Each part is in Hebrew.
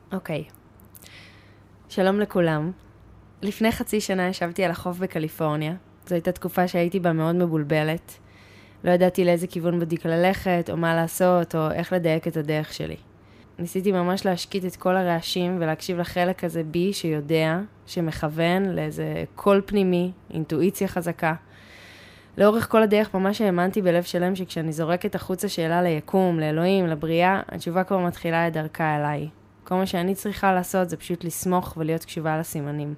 אוקיי. שלום לכולם. לפני חצי שנה ישבתי על החוף בקליפורניה. זו הייתה תקופה שהייתי בה מאוד מבולבלת. לא ידעתי לאיזה כיוון בדיוק ללכת, או מה לעשות, או איך לדייק את הדרך שלי. ניסיתי ממש להשקיט את כל הרעשים ולהקשיב לחלק הזה בי שיודע, שמכוון לאיזה קול פנימי, אינטואיציה חזקה. לאורך כל הדרך ממש האמנתי בלב שלם שכשאני זורקת החוצה שאלה ליקום, לאלוהים, לבריאה, התשובה כבר מתחילה את דרכה אליי. כל מה שאני צריכה לעשות זה פשוט לסמוך ולהיות קשובה לסימנים.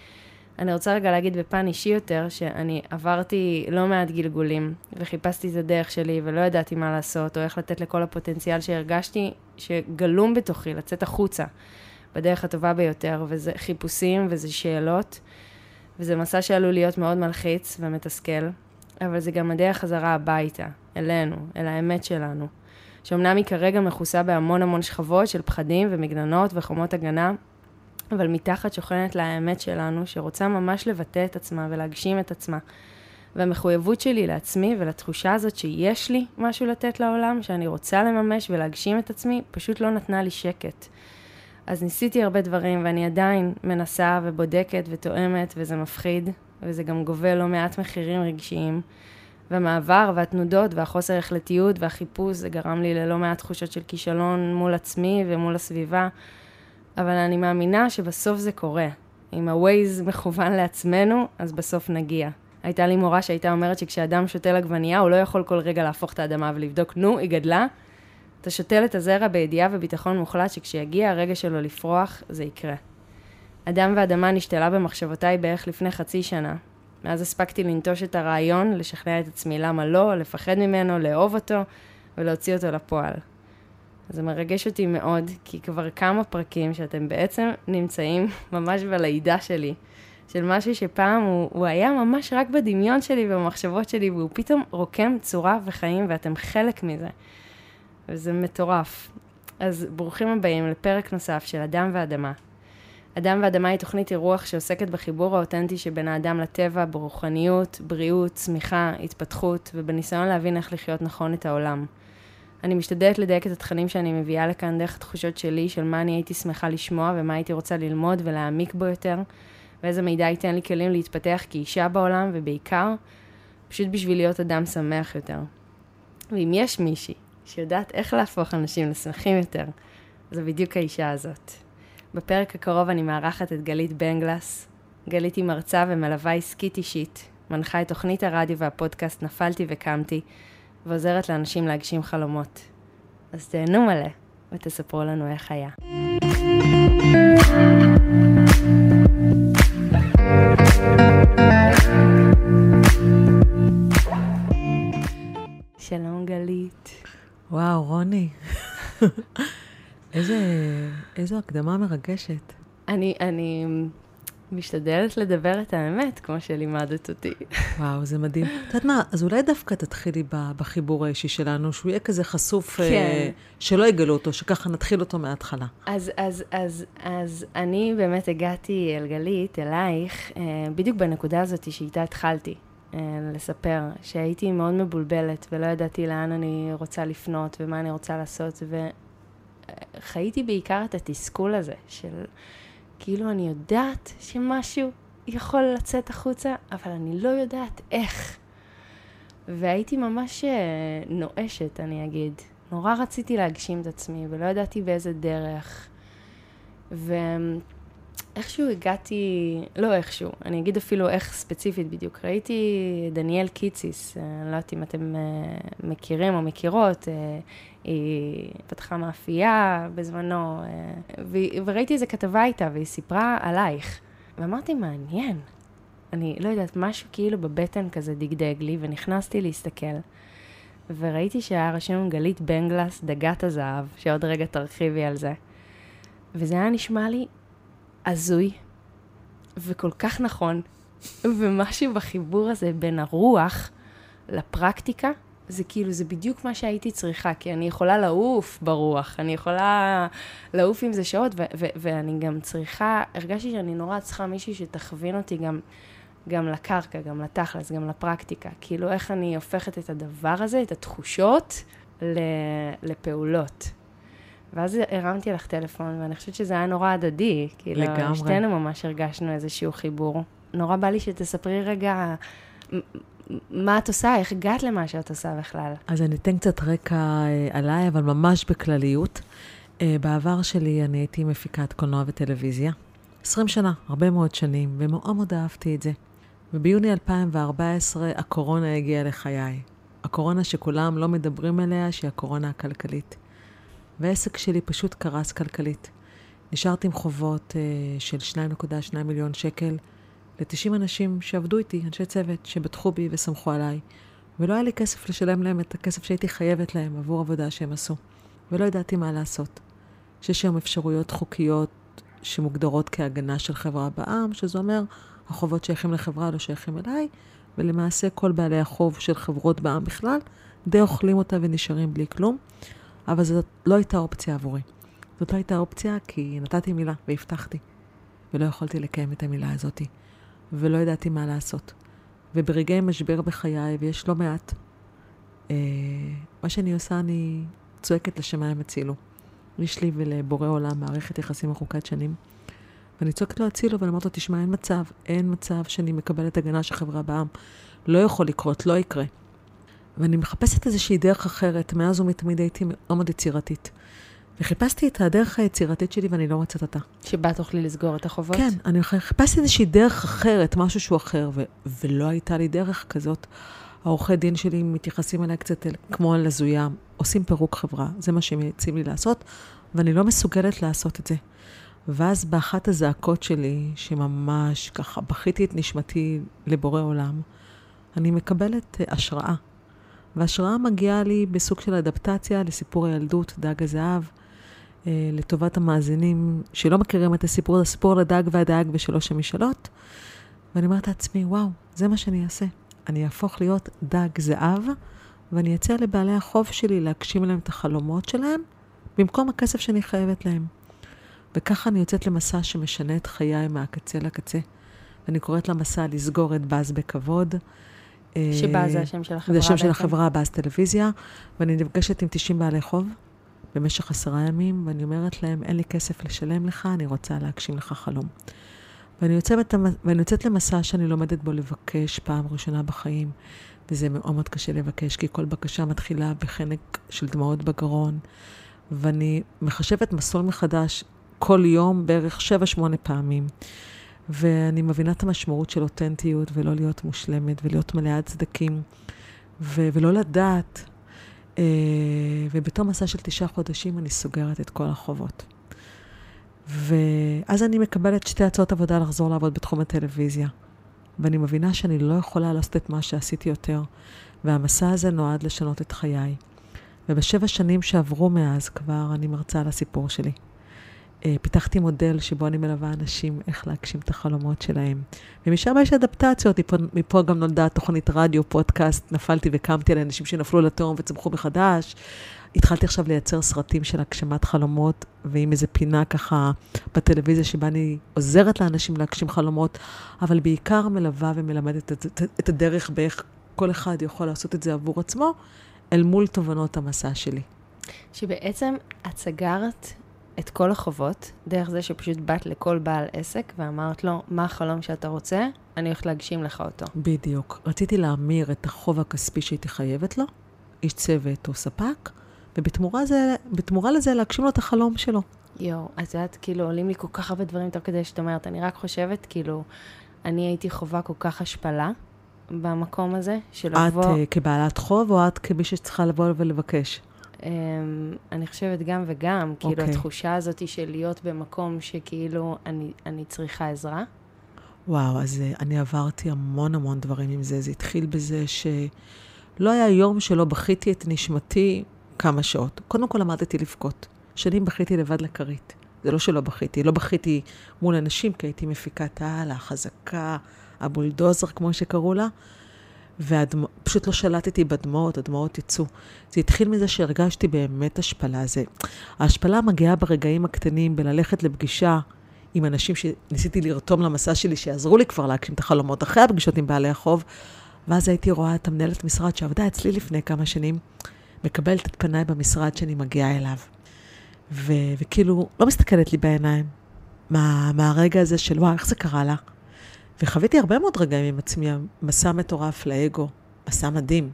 אני רוצה רגע להגיד בפן אישי יותר שאני עברתי לא מעט גלגולים וחיפשתי את הדרך שלי ולא ידעתי מה לעשות או איך לתת לכל הפוטנציאל שהרגשתי שגלום בתוכי לצאת החוצה בדרך הטובה ביותר, וזה חיפושים וזה שאלות וזה מסע שעלול להיות מאוד מלחיץ ומתסכל, אבל זה גם הדרך חזרה הביתה, אלינו, אל האמת שלנו. שאומנם היא כרגע מכוסה בהמון שכבות של פחדים ומגננות וחומות הגנה, אבל מתחת שוכנת לה האמת שלנו, שרוצה ממש לבטא את עצמה ולהגשים את עצמה. והמחויבות שלי לעצמי ולתחושה הזאת שיש לי משהו לתת לעולם, שאני רוצה לממש ולהגשים את עצמי, פשוט לא נתנה לי שקט. אז ניסיתי הרבה דברים, ואני עדיין מנסה ובודקת ותואמת, וזה מפחיד, וזה גם גובה לא מעט מחירים רגשיים. והמעבר והתנודות והחוסר החלטיות והחיפוש, זה גרם לי ללא מעט תחושות של כישלון מול עצמי ומול הסביבה. אבל אני מאמינה שבסוף זה קורה. אם ה-Waze מכוון לעצמנו, אז בסוף נגיע. הייתה לי מורה שהייתה אומרת שכשאדם שותל עגבנייה, הוא לא יכול כל רגע להפוך את האדמה ולבדוק, נו, היא גדלה. אתה שותל את הזרע בידיעה וביטחון מוחלט שכשיגיע הרגע שלו לפרוח, זה יקרה. אדם ואדמה נשתלה במחשבותיי בערך לפני חצי שנה. מאז הספקתי לנטוש את הרעיון, לשכנע את עצמי למה לא, לפחד ממנו, לאהוב אותו ולהוציא אותו לפועל. זה מרגש אותי מאוד, כי כבר כמה פרקים שאתם בעצם נמצאים ממש בלידה שלי, של משהו שפעם הוא היה ממש רק בדמיון שלי ובמחשבות שלי, והוא פתאום רוקם צורה וחיים, ואתם חלק מזה. וזה מטורף. אז ברוכים הבאים לפרק נוסף של אדם ואדמה. אדם ואדמה היא תוכנית אירוח שעוסקת בחיבור האותנטי שבין האדם לטבע, ברוחניות, בריאות, צמיחה, התפתחות, ובניסיון להבין איך לחיות נכון את העולם. אני משתדלת לדייק את התכנים שאני מביאה לכאן דרך התחושות שלי, של מה אני הייתי שמחה לשמוע ומה הייתי רוצה ללמוד ולהעמיק בו יותר, ואיזה מידע ייתן לי כלים להתפתח כאישה בעולם, ובעיקר, פשוט בשביל להיות אדם שמח יותר. ואם יש מישהי שיודעת איך להפוך אנשים לשמחים יותר, זו בדיוק האישה הזאת. בפרק הקרוב אני מארחת את גלית בנגלס. גלית היא מרצה ומלווה עסקית אישית, מנחה את תוכנית הרדיו והפודקאסט נפלתי וקמתי, ועוזרת לאנשים להגשים חלומות. אז תהנו מלא, ותספרו לנו איך היה. שלום גלית. וואו, רוני. איזו הקדמה מרגשת. אני משתדלת לדבר את האמת, כמו שלימדת אותי. וואו, זה מדהים. את יודעת מה, אז אולי דווקא תתחילי בחיבור האישי שלנו, שהוא יהיה כזה חשוף, כן. שלא יגלו אותו, שככה נתחיל אותו מההתחלה. אז אני באמת הגעתי אל גלית, אלייך, בדיוק בנקודה הזאת שאיתה התחלתי לספר, שהייתי מאוד מבולבלת, ולא ידעתי לאן אני רוצה לפנות, ומה אני רוצה לעשות, וחייתי בעיקר את התסכול הזה, של כאילו אני יודעת שמשהו יכול לצאת החוצה, אבל אני לא יודעת איך. והייתי ממש נואשת, אני אגיד. נורא רציתי להגשים את עצמי, ולא ידעתי באיזה דרך. ואיכשהו הגעתי, לא איכשהו, אני אגיד אפילו איך ספציפית בדיוק. ראיתי דניאל קיציס, אני לא יודעת אם אתם מכירים או מכירות, היא פתחה מאפייה בזמנו, וראיתי איזה כתבה איתה, והיא סיפרה עלייך. ואמרתי, מעניין. אני לא יודעת, משהו כאילו בבטן כזה דגדג לי, ונכנסתי להסתכל. וראיתי שהיה רשום גלית בנגלס, דגת הזהב, שעוד רגע תרחיבי על זה. וזה היה נשמע לי עזוי, וכל כך נכון. ומשהו בחיבור הזה בין הרוח לפרקטיקה, זה כאילו, זה בדיוק מה שהייתי צריכה, כי אני יכולה לעוף ברוח, אני יכולה לעוף עם זה שעות, ואני גם צריכה, הרגשתי שאני נורא צריכה מישהי שתכווין אותי גם לקרקע, גם לתכלס, גם לפרקטיקה. כאילו, איך אני הופכת את הדבר הזה, את התחושות, לפעולות. ואז הרמתי לך טלפון, ואני חושבת שזה היה נורא הדדי. כאילו, לגמרי. שתינו ממש הרגשנו איזשהו חיבור. נורא בא לי שתספרי רגע מה את עושה, איך הגעת למה שאת עושה בכלל. אז אני אתן קצת רקע עליי, אבל ממש בכלליות. בעבר שלי אני הייתי מפיקת קולנוע וטלוויזיה. 20 שנה, הרבה מאוד שנים, ומאוד מאוד אהבתי את זה. וביוני 2014 הקורונה הגיעה לחיי. הקורונה שכולם לא מדברים עליה, שהיא הקורונה הכלכלית. והעסק שלי פשוט קרס כלכלית. נשארתי עם חובות של 2.2 מיליון שקל ל-90 אנשים שעבדו איתי, אנשי צוות, שבטחו בי וסמכו עליי. ולא היה לי כסף לשלם להם את הכסף שהייתי חייבת להם עבור עבודה שהם עשו. ולא ידעתי מה לעשות. שיש היום אפשרויות חוקיות שמוגדרות כהגנה של חברה בעם, שזה אומר, החובות שייכים לחברה לא שייכים אליי, ולמעשה כל בעלי החוב של חברות בעם בכלל, די אוכלים אותה ונשארים בלי כלום. אבל זאת לא הייתה אופציה עבורי. זאת לא הייתה אופציה כי נתתי מילה והבטחתי. ולא יכולתי לקיים את המילה הזאת. ולא ידעתי מה לעשות. וברגעי משבר בחיי, ויש לא מעט, מה שאני עושה, אני צועקת לשמיים הצילו. יש לי ולבורא עולם מערכת יחסים ארוכת שנים. ואני צועקת לו הצילו, ואני אומרת לו, תשמע, אין מצב שאני מקבלת הגנה של חברה בעם. לא יכול לקרות, לא יקרה. ואני מחפשת איזושהי דרך אחרת, מאז ומתמיד הייתי מאוד יצירתית. וחיפשתי את הדרך היצירתית שלי, ואני לא מצאת אותה. שבה תוכלי לסגור את החובות? כן, אני חיפשתי איזושהי דרך אחרת, משהו שהוא אחר, ולא הייתה לי דרך כזאת. העורכי דין שלי מתייחסים אליי קצת כמו על הזויה, עושים פירוק חברה, זה מה שהם יציעים לי לעשות, ואני לא מסוגלת לעשות את זה. ואז באחת הזעקות שלי, שממש ככה בכיתי את נשמתי לבורא עולם, אני מקבלת השראה. וההשראה מגיעה לי בסוג של אדפטציה לסיפור הילדות, דג הזהב, לטובת המאזינים שלא מכירים את הסיפור, הסיפור על הדג והדג ושלוש המשאלות. ואני אומרת לעצמי, וואו, זה מה שאני אעשה. אני אהפוך להיות דג זהב, ואני אצא לבעלי החוב שלי להגשים להם את החלומות שלהם, במקום הכסף שאני חייבת להם. וככה אני יוצאת למסע שמשנה את חיי מהקצה לקצה. ואני קוראת למסע לסגור את באז בכבוד. שבאז זה השם של החברה. זה השם של החברה, באז טלוויזיה. ואני נפגשת עם 90 בעלי חוב במשך 10 ימים, ואני אומרת להם, אין לי כסף לשלם לך, אני רוצה להגשים לך חלום. ואני יוצאת למסע שאני לומדת בו לבקש פעם ראשונה בחיים, וזה מאוד מאוד קשה לבקש, כי כל בקשה מתחילה בחנק של דמעות בגרון, ואני מחשבת מסלול מחדש כל יום בערך 7-8 פעמים, ואני מבינה את המשמעות של אותנטיות, ולא להיות מושלמת, ולהיות מלאה צדקים, ולא לדעת, ובתום מסע של 9 חודשים אני סוגרת את כל החובות. ואז אני מקבלת 2 הצעות עבודה לחזור לעבוד בתחום הטלוויזיה. ואני מבינה שאני לא יכולה לעשות את מה שעשיתי יותר. והמסע הזה נועד לשנות את חיי. וב7 שנים שעברו מאז כבר אני מרצה על הסיפור שלי. פיתחתי מודל שבו אני מלווה אנשים איך להגשים את החלומות שלהם. ומשם יש אדפטציות, מפה גם נולדה תוכנית רדיו, פודקאסט, נפלתי וקמתי על אנשים שנפלו לתהום וצמחו מחדש. התחלתי עכשיו לייצר סרטים של הגשמת חלומות, ועם איזה פינה ככה בטלוויזיה שבה אני עוזרת לאנשים להגשים חלומות, אבל בעיקר מלווה ומלמדת את הדרך באיך כל אחד יכול לעשות את זה עבור עצמו, אל מול תובנות המסע שלי. שבעצם את סגרת את כל החובות, דרך זה שפשוט באת לכל בעל עסק, ואמרת לו, מה החלום שאתה רוצה? אני הולכת להגשים לך אותו. בדיוק. רציתי להמיר את החוב הכספי שהייתי חייבת לו, איש צוות או ספק, ובתמורה לזה להגשים לו את החלום שלו. יו, אז את כאילו עולים לי כל כך הרבה דברים תוך כדי שאת אומרת, אני רק חושבת כאילו, אני הייתי חובה כל כך השפלה במקום הזה, של לבוא... את כבעלת חוב או את כמי שצריכה לבוא ולבקש? אני חושבת גם וגם, כאילו התחושה הזאת של להיות במקום שכאילו אני צריכה עזרה. וואו, אז אני עברתי המון דברים עם זה. זה התחיל בזה שלא היה יום שלא בכיתי את נשמתי כמה שעות. קודם כל למדתי לבכות. שנים בכיתי לבד לכרית. זה לא שלא בכיתי. לא בכיתי מול אנשים, כי הייתי מפיקת העל, החזקה, הבולדוזר, כמו שקראו לה. ופשוט לא שלטתי בדמעות, הדמעות יצאו. זה התחיל מזה שהרגשתי באמת השפלה. ההשפלה מגיעה ברגעים הקטנים, בללכת לפגישה עם אנשים שניסיתי לרתום למסע שלי, שיעזרו לי כבר להגשים את החלומות, אחרי הפגישות עם בעלי החוב. ואז הייתי רואה את המנהלת משרד שעבדה אצלי לפני כמה שנים, מקבלת את פניי במשרד שאני מגיעה אליו. וכאילו, לא מסתכלת לי בעיניים, מהרגע הזה של, וואו, איך זה קרה לה? וחוויתי הרבה מאוד רגעים עם עצמי, מסע מטורף לאגו, מסע מדהים.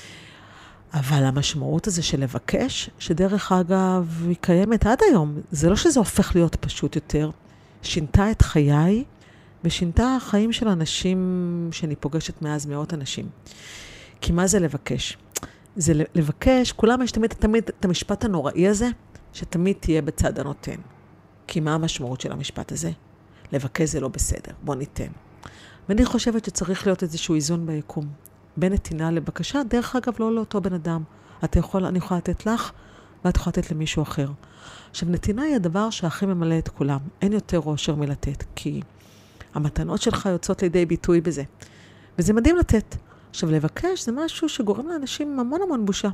אבל המשמעות הזה של לבקש, שדרך אגב היא קיימת עד היום, זה לא שזה הופך להיות פשוט יותר, שינתה את חיי, ושינתה החיים של אנשים שאני פוגשת מאז מאות אנשים. כי מה זה לבקש? זה לבקש, כולם יש תמיד את המשפט הנוראי הזה, שתמיד תהיה בצד הנותן. כי מה המשמעות של המשפט הזה? לבקש זה לא בסדר, בוא ניתן. ואני חושבת שצריך להיות איזשהו איזון ביקום. בין נתינה לבקשה, דרך אגב לא לאותו בן אדם. אני יכולה לתת לך, ואת יכולה לתת למישהו אחר. עכשיו, נתינה היא הדבר שהכי ממלא את כולם. אין יותר אושר מלתת, כי המתנות שלך יוצאות לידי ביטוי בזה. וזה מדהים לתת. עכשיו, לבקש זה משהו שגורם לאנשים המון המון בושה.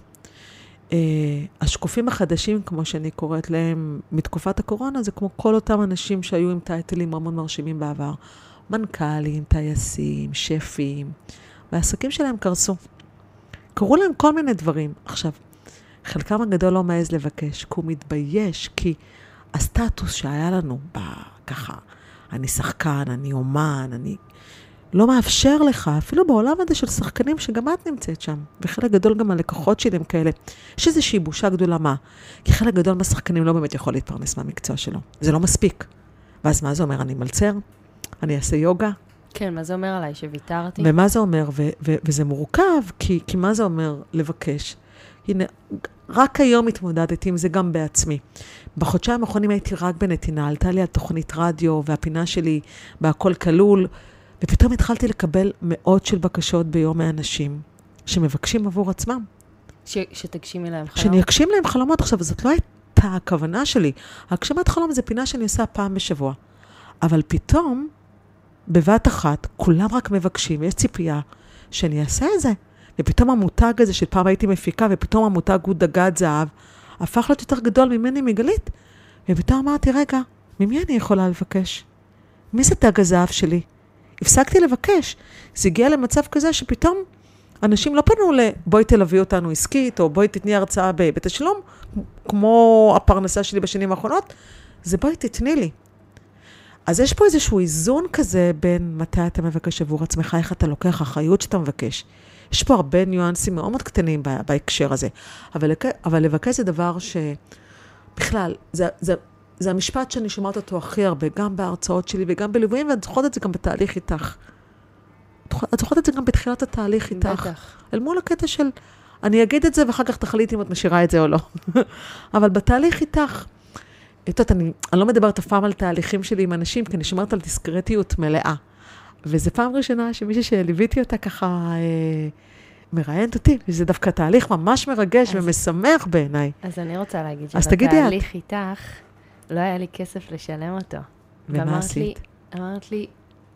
השקופים החדשים, כמו שאני קוראת להם, מתקופת הקורונה, זה כמו כל אותם אנשים שהיו עם טייטלים המון מרשימים בעבר. מנכ"לים, טייסים, שפים, והעסקים שלהם קרסו. קראו להם כל מיני דברים. עכשיו, חלקם הגדול לא מעז לבקש, כי הוא מתבייש, כי הסטטוס שהיה לנו, ככה, אני שחקן, אני אומן, אני לא מאפשר לך, אפילו בעולם הזה של שחקנים שגם את נמצאת שם, וחלק גדול גם הלקוחות שלי הם כאלה, יש איזושהי בושה גדולה מה? כי חלק גדול מהשחקנים לא באמת יכול להתפרנס מהמקצוע שלו. זה לא מספיק. ואז מה זה אומר? אני מלצר? אני אעשה יוגה? כן, מה זה אומר עליי? שוויתרתי? ומה זה אומר? וזה מורכב, כי מה זה אומר לבקש? הנה, רק היום התמודדתי עם זה גם בעצמי. בחודשיים האחרונים הייתי רק בנתינה, עלתה לי על תוכנית רדיו, והפינה שלי בהכל כלול, ופתאום התחלתי לקבל מאות של בקשות ביום מאנשים, שמבקשים עבור עצמם. שתגשימי להם חלומות? שאני אגשים להם חלומות. עכשיו, זאת לא הייתה הכוונה שלי. הגשמת חלום זה פינה שאני עושה פעם בשבוע. אבל פתאום, בבת אחת, כולם רק מבקשים, יש ציפייה שאני אעשה את זה. ופתאום המותג הזה שפעם הייתי מפיקה, ופתאום המותג הוא דגת זהב, הפך להיות יותר גדול ממני מגלית. ופתאום אמרתי, רגע, ממי אני יכולה לבקש? מי זה דג הזהב שלי? הפסקתי לבקש. זה הגיע למצב כזה שפתאום אנשים לא פנו בואי תלווי אותנו עסקית, או בואי תתני הרצאה בתשלום, כמו הפרנסה שלי בשנים האחרונות, זה בואי תתני לי. אז יש פה איזשהו איזון כזה בין מתי אתה מבקש עבור עצמך, איך אתה לוקח אחריות שאתה מבקש. יש פה הרבה ניואנסים מאוד מאוד קטנים בהקשר הזה. אבל לבקש זה דבר שבכלל, זה המשפט שאני שומעת אותו הכי הרבה, גם בהרצאות שלי וגם בליוויים, ואת זוכרת את זה גם בתהליך איתך. את זוכרת את זה גם בתחילת התהליך איתך. בטח. אל מול הקטע של, אני אגיד את זה ואחר כך תחליט אם את משאירה את זה או לא. אבל בתהליך איתך, אני לא מדברת אף פעם על תהליכים שלי עם אנשים, כי אני שומרת על דיסקרטיות מלאה. וזו פעם ראשונה שמישהי שליוויתי אותה ככה מראיינת אותי, וזה דווקא תהליך ממש מרגש ומשמח בעיניי. אז אני רוצה להגיד שבתהליך איתך, לא היה לי כסף לשלם אותו. ומה עשית? אמרת לי,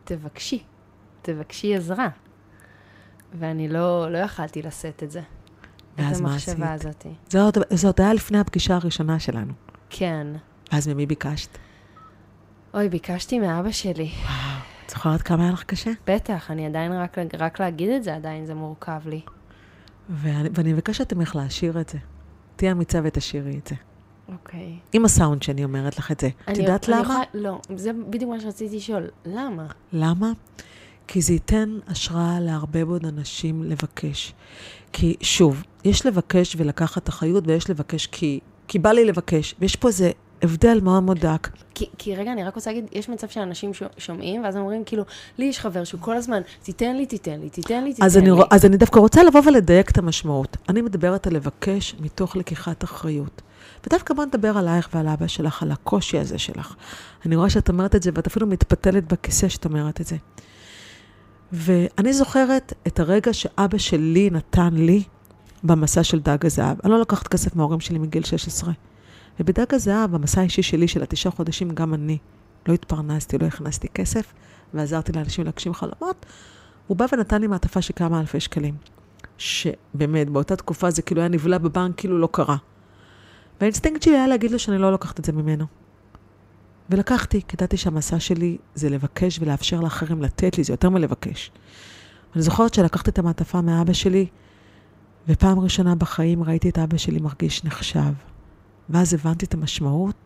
תבקשי עזרה. ואני לא יכלתי לשאת את זה. ואז מה עשית? את המחשבה הזאת. זה עוד היה לפני הפגישה הראשונה שלנו. כן. ואז ממי ביקשת? אוי, ביקשתי מאבא שלי. וואו, את זוכרת כמה היה לך קשה? בטח, אני עדיין רק להגיד את זה, עדיין זה מורכב לי. ואני מבקשת ממך להשאיר את זה. תהיה אמיצה ותשאירי את זה. אוקיי. עם הסאונד שאני אומרת לך את זה. את יודעת למה? לא, זה בדיוק מה שרציתי לשאול. למה? למה? כי זה ייתן השראה להרבה מאוד אנשים לבקש. כי שוב, יש לבקש ולקחת אחריות, ויש לבקש כי בא לי לבקש. ויש פה איזה הבדל מאוד מאוד דק. כי רגע, אני רק רוצה להגיד, יש מצב שאנשים שומעים, ואז אומרים כאילו, לי יש חבר שהוא כל הזמן, תיתן לי. אז אני דווקא רוצה לבוא ולדייק את המשמעות. אני מדברת על לבקש מתוך לקיחת אחריות. ודווקא בוא נדבר עלייך ועל אבא שלך, על הקושי הזה שלך. אני רואה שאת אומרת את זה, ואת אפילו מתפתלת בכיסא שאת אומרת את זה. ואני זוכרת את הרגע שאבא שלי נתן לי במסע של דג הזהב. אני לא לקחת כסף מההורים שלי מגיל 16. ובדג הזהב, במסע האישי שלי של 9 חודשים, גם אני לא התפרנסתי, לא הכנסתי כסף, ועזרתי לאנשים להגשים חלומות. הוא בא ונתן לי מעטפה של כמה אלפי שקלים. שבאמת, באותה תקופה זה כאילו היה נבלה בבנק, כאילו לא קרה. והאינסטינקט שלי היה להגיד לו שאני לא לוקחת את זה ממנו. ולקחתי, כדעתי שהמסע שלי זה לבקש ולאפשר לאחרים לתת לי, זה יותר מלבקש. אני זוכרת שלקחתי את המעטפה מאבא שלי, ופעם ראשונה בחיים ראיתי את אבא שלי מרגיש נחשב. ואז הבנתי את המשמעות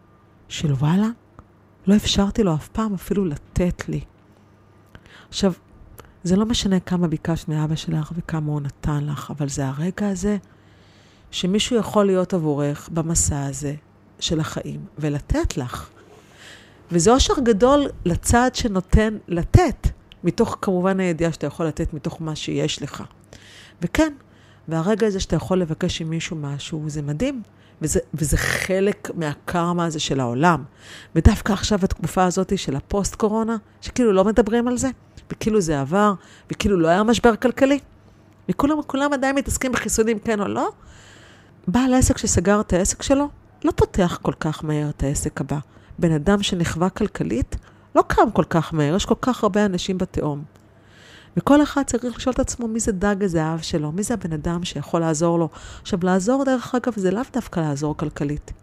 של וואלה, לא אפשרתי לו אף פעם אפילו לתת לי. עכשיו, זה לא משנה כמה ביקשת מאבא שלך וכמה הוא נתן לך, אבל זה הרגע הזה שמישהו יכול להיות עבורך במסע הזה של החיים ולתת לך. וזה אושר גדול לצד שנותן לתת, מתוך כמובן הידיעה שאתה יכול לתת מתוך מה שיש לך. וכן, והרגע הזה שאתה יכול לבקש עם מישהו משהו, זה מדהים. וזה חלק מהקרמה הזה של העולם. ודווקא עכשיו התקופה הזאת של הפוסט-קורונה, שכאילו לא מדברים על זה, וכאילו זה עבר, וכאילו לא היה משבר כלכלי. וכולם עדיין מתעסקים בחיסונים, כן או לא. בעל עסק שסגר את העסק שלו, לא פותח כל כך מהר את העסק הבא. בן אדם שנחווה כלכלית, לא קם כל כך מהר, יש כל כך הרבה אנשים בתאום. וכל אחד צריך לשאול את עצמו מי זה דג הזהב שלו, מי זה הבן אדם שיכול לעזור לו. עכשיו, לעזור דרך אגב, זה לאו דווקא לעזור כלכלית.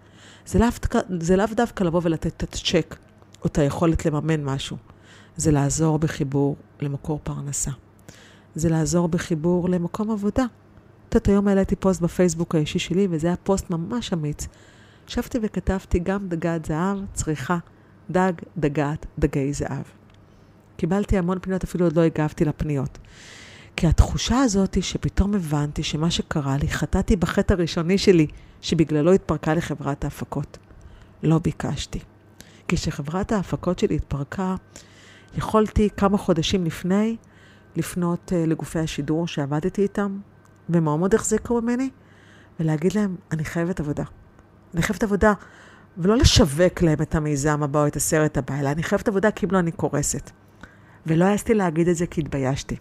זה לאו דווקא לבוא ולתת את הצ'ק, או את היכולת לממן משהו. זה לעזור בחיבור למקור פרנסה. זה לעזור בחיבור למקום עבודה. היום העליתי פוסט בפייסבוק האישי שלי, וזה היה פוסט ממש אמיץ. ישבתי וכתבתי גם דגת זהב, צריכה דג, דגת, דגי זהב. קיבלתי המון פניות, אפילו עוד לא הגבתי לפניות. כי התחושה הזאת היא שפתאום הבנתי שמה שקרה לי, חטאתי בחטא הראשוני שלי, שבגללו התפרקה לי חברת ההפקות. לא ביקשתי. כי כשחברת ההפקות שלי התפרקה, יכולתי כמה חודשים לפני לפנות לגופי השידור שעבדתי איתם, ומאוד החזיקו ממני, ולהגיד להם, אני חייבת עבודה. אני חייבת עבודה, ולא לשווק להם את המיזם הבא או את הסרט הבא, אלא אני חייבת עבודה כי אם לא אני קורסת. ולא העזתי להגיד את זה כי התביישתי.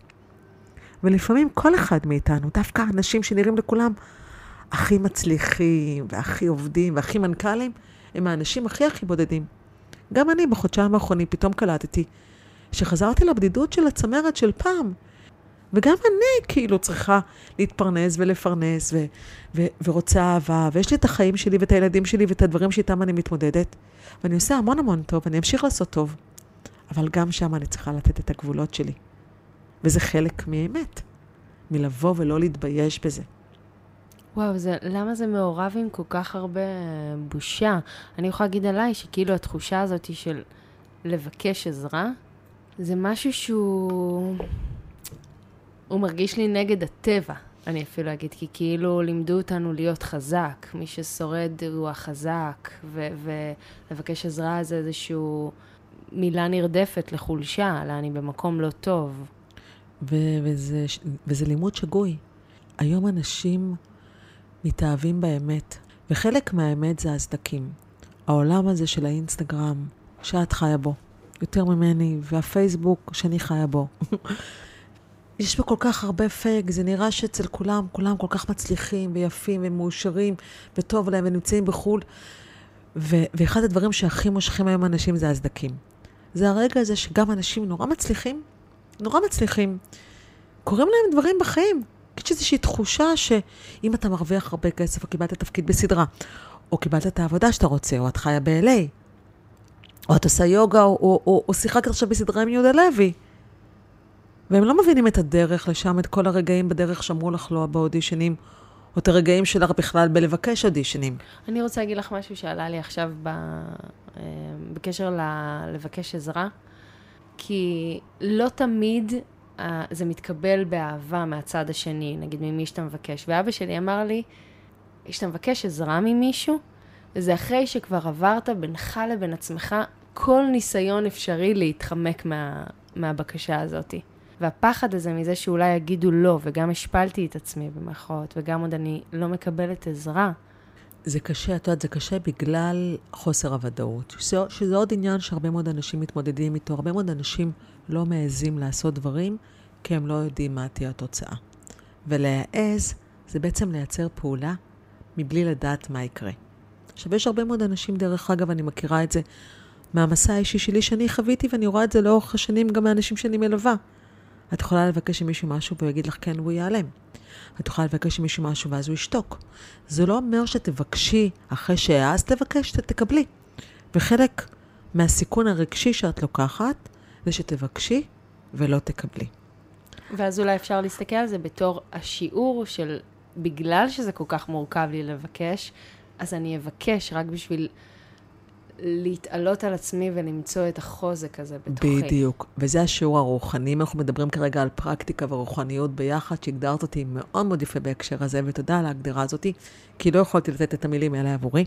ולפעמים כל אחד מאיתנו, דווקא אנשים שנראים לכולם הכי מצליחים, והכי עובדים, והכי מנכ"לים, הם האנשים הכי בודדים. גם אני בחודשיים האחרונים פתאום קלטתי, שחזרתי לבדידות של הצמרת של פעם, וגם אני כאילו צריכה להתפרנס ולפרנס, ורוצה אהבה, ויש לי את החיים שלי ואת הילדים שלי ואת הדברים שאיתם אני מתמודדת, ואני עושה המון טוב, אני אמשיך לעשות טוב. אבל גם שם אני צריכה לתת את הגבולות שלי. וזה חלק מאמת, מלבוא ולא להתבייש בזה. וואו, למה זה מעורב עם כל כך הרבה בושה? אני יכולה להגיד עליי שכאילו התחושה הזאת של לבקש עזרה, זה משהו הוא מרגיש לי נגד הטבע, אני אפילו אגיד, כי כאילו לימדו אותנו להיות חזק, מי ששורד הוא החזק, ולבקש עזרה זה איזשהו מילה נרדפת לחולשה, אלא אני במקום לא טוב. וזה לימוד שגוי. היום אנשים מתאהבים באמת, וחלק מהאמת זה הסדקים. העולם הזה של האינסטגרם, שאת חיה בו, יותר ממני, והפייסבוק שאני חיה בו. יש פה כל כך הרבה פייק, זה נראה שאצל כולם כל כך מצליחים ויפים ומאושרים וטוב להם ונמצאים בחול. ואחד הדברים שהכי מושכים היום אנשים זה הסדקים. זה הרגע הזה שגם אנשים נורא מצליחים, קוראים להם דברים בחיים. יש איזושהי תחושה שאם אתה מרוויח הרבה כסף, או קיבלת תפקיד בסדרה, או קיבלת את העבודה שאתה רוצה, או את חיה ב-LA, או את עושה יוגה, או שיחקת עכשיו בסדרה עם יהודה לוי, והם לא מבינים את הדרך לשם, את כל הרגעים בדרך שאמרו לך לא באודישנים, או את הרגעים שלך בכלל בלבקש אודישנים. אני רוצה להגיד לך משהו שעלה לי עכשיו בקשר לבקש עזרה, כי לא תמיד זה מתקבל באהבה מהצד השני, נגיד ממי שאתה מבקש. ואבא שלי אמר לי, שאתה מבקש עזרה ממישהו, זה אחרי שכבר עברת בינך לבין עצמך כל ניסיון אפשרי להתחמק מהבקשה הזאת. והפחד הזה מזה שאולי יגידו לא, וגם השפלתי את עצמי במחאות, וגם עוד אני לא מקבלת עזרה. זה קשה, את יודעת, זה קשה בגלל חוסר הוודאות. שזה עוד עניין שהרבה מאוד אנשים מתמודדים איתו. הרבה מאוד אנשים לא מעזים לעשות דברים, כי הם לא יודעים מה תהיה התוצאה. ולהעז זה בעצם לייצר פעולה מבלי לדעת מה יקרה. עכשיו, יש הרבה מאוד אנשים, דרך אגב, אני מכירה את זה מהמסע האישי שלי שאני חוויתי, ואני רואה את זה לאורך השנים גם מהאנשים שאני מלווה. את יכולה לבקש עם מישהו משהו והוא יגיד לך כן והוא ייעלם. את יכולה לבקש עם מישהו משהו ואז הוא ישתוק. זה לא אומר שתבקשי אחרי שהעז תבקש, תקבלי. וחלק מהסיכון הרגשי שאת לוקחת זה שתבקשי ולא תקבלי. ואז אולי אפשר להסתכל על זה בתור השיעור של בגלל שזה כל כך מורכב לי לבקש, אז אני אבקש רק בשביל להתעלות על עצמי ולמצוא את החוזק הזה בתוכי. בדיוק. וזה השיעור הרוחני. אנחנו מדברים כרגע על פרקטיקה ורוחניות ביחד, שהגדרת אותי מאוד מאוד יפה בהקשר הזה, ותודה על ההגדרה הזאת, כי לא יכולתי לתת את המילים האלה עבורי.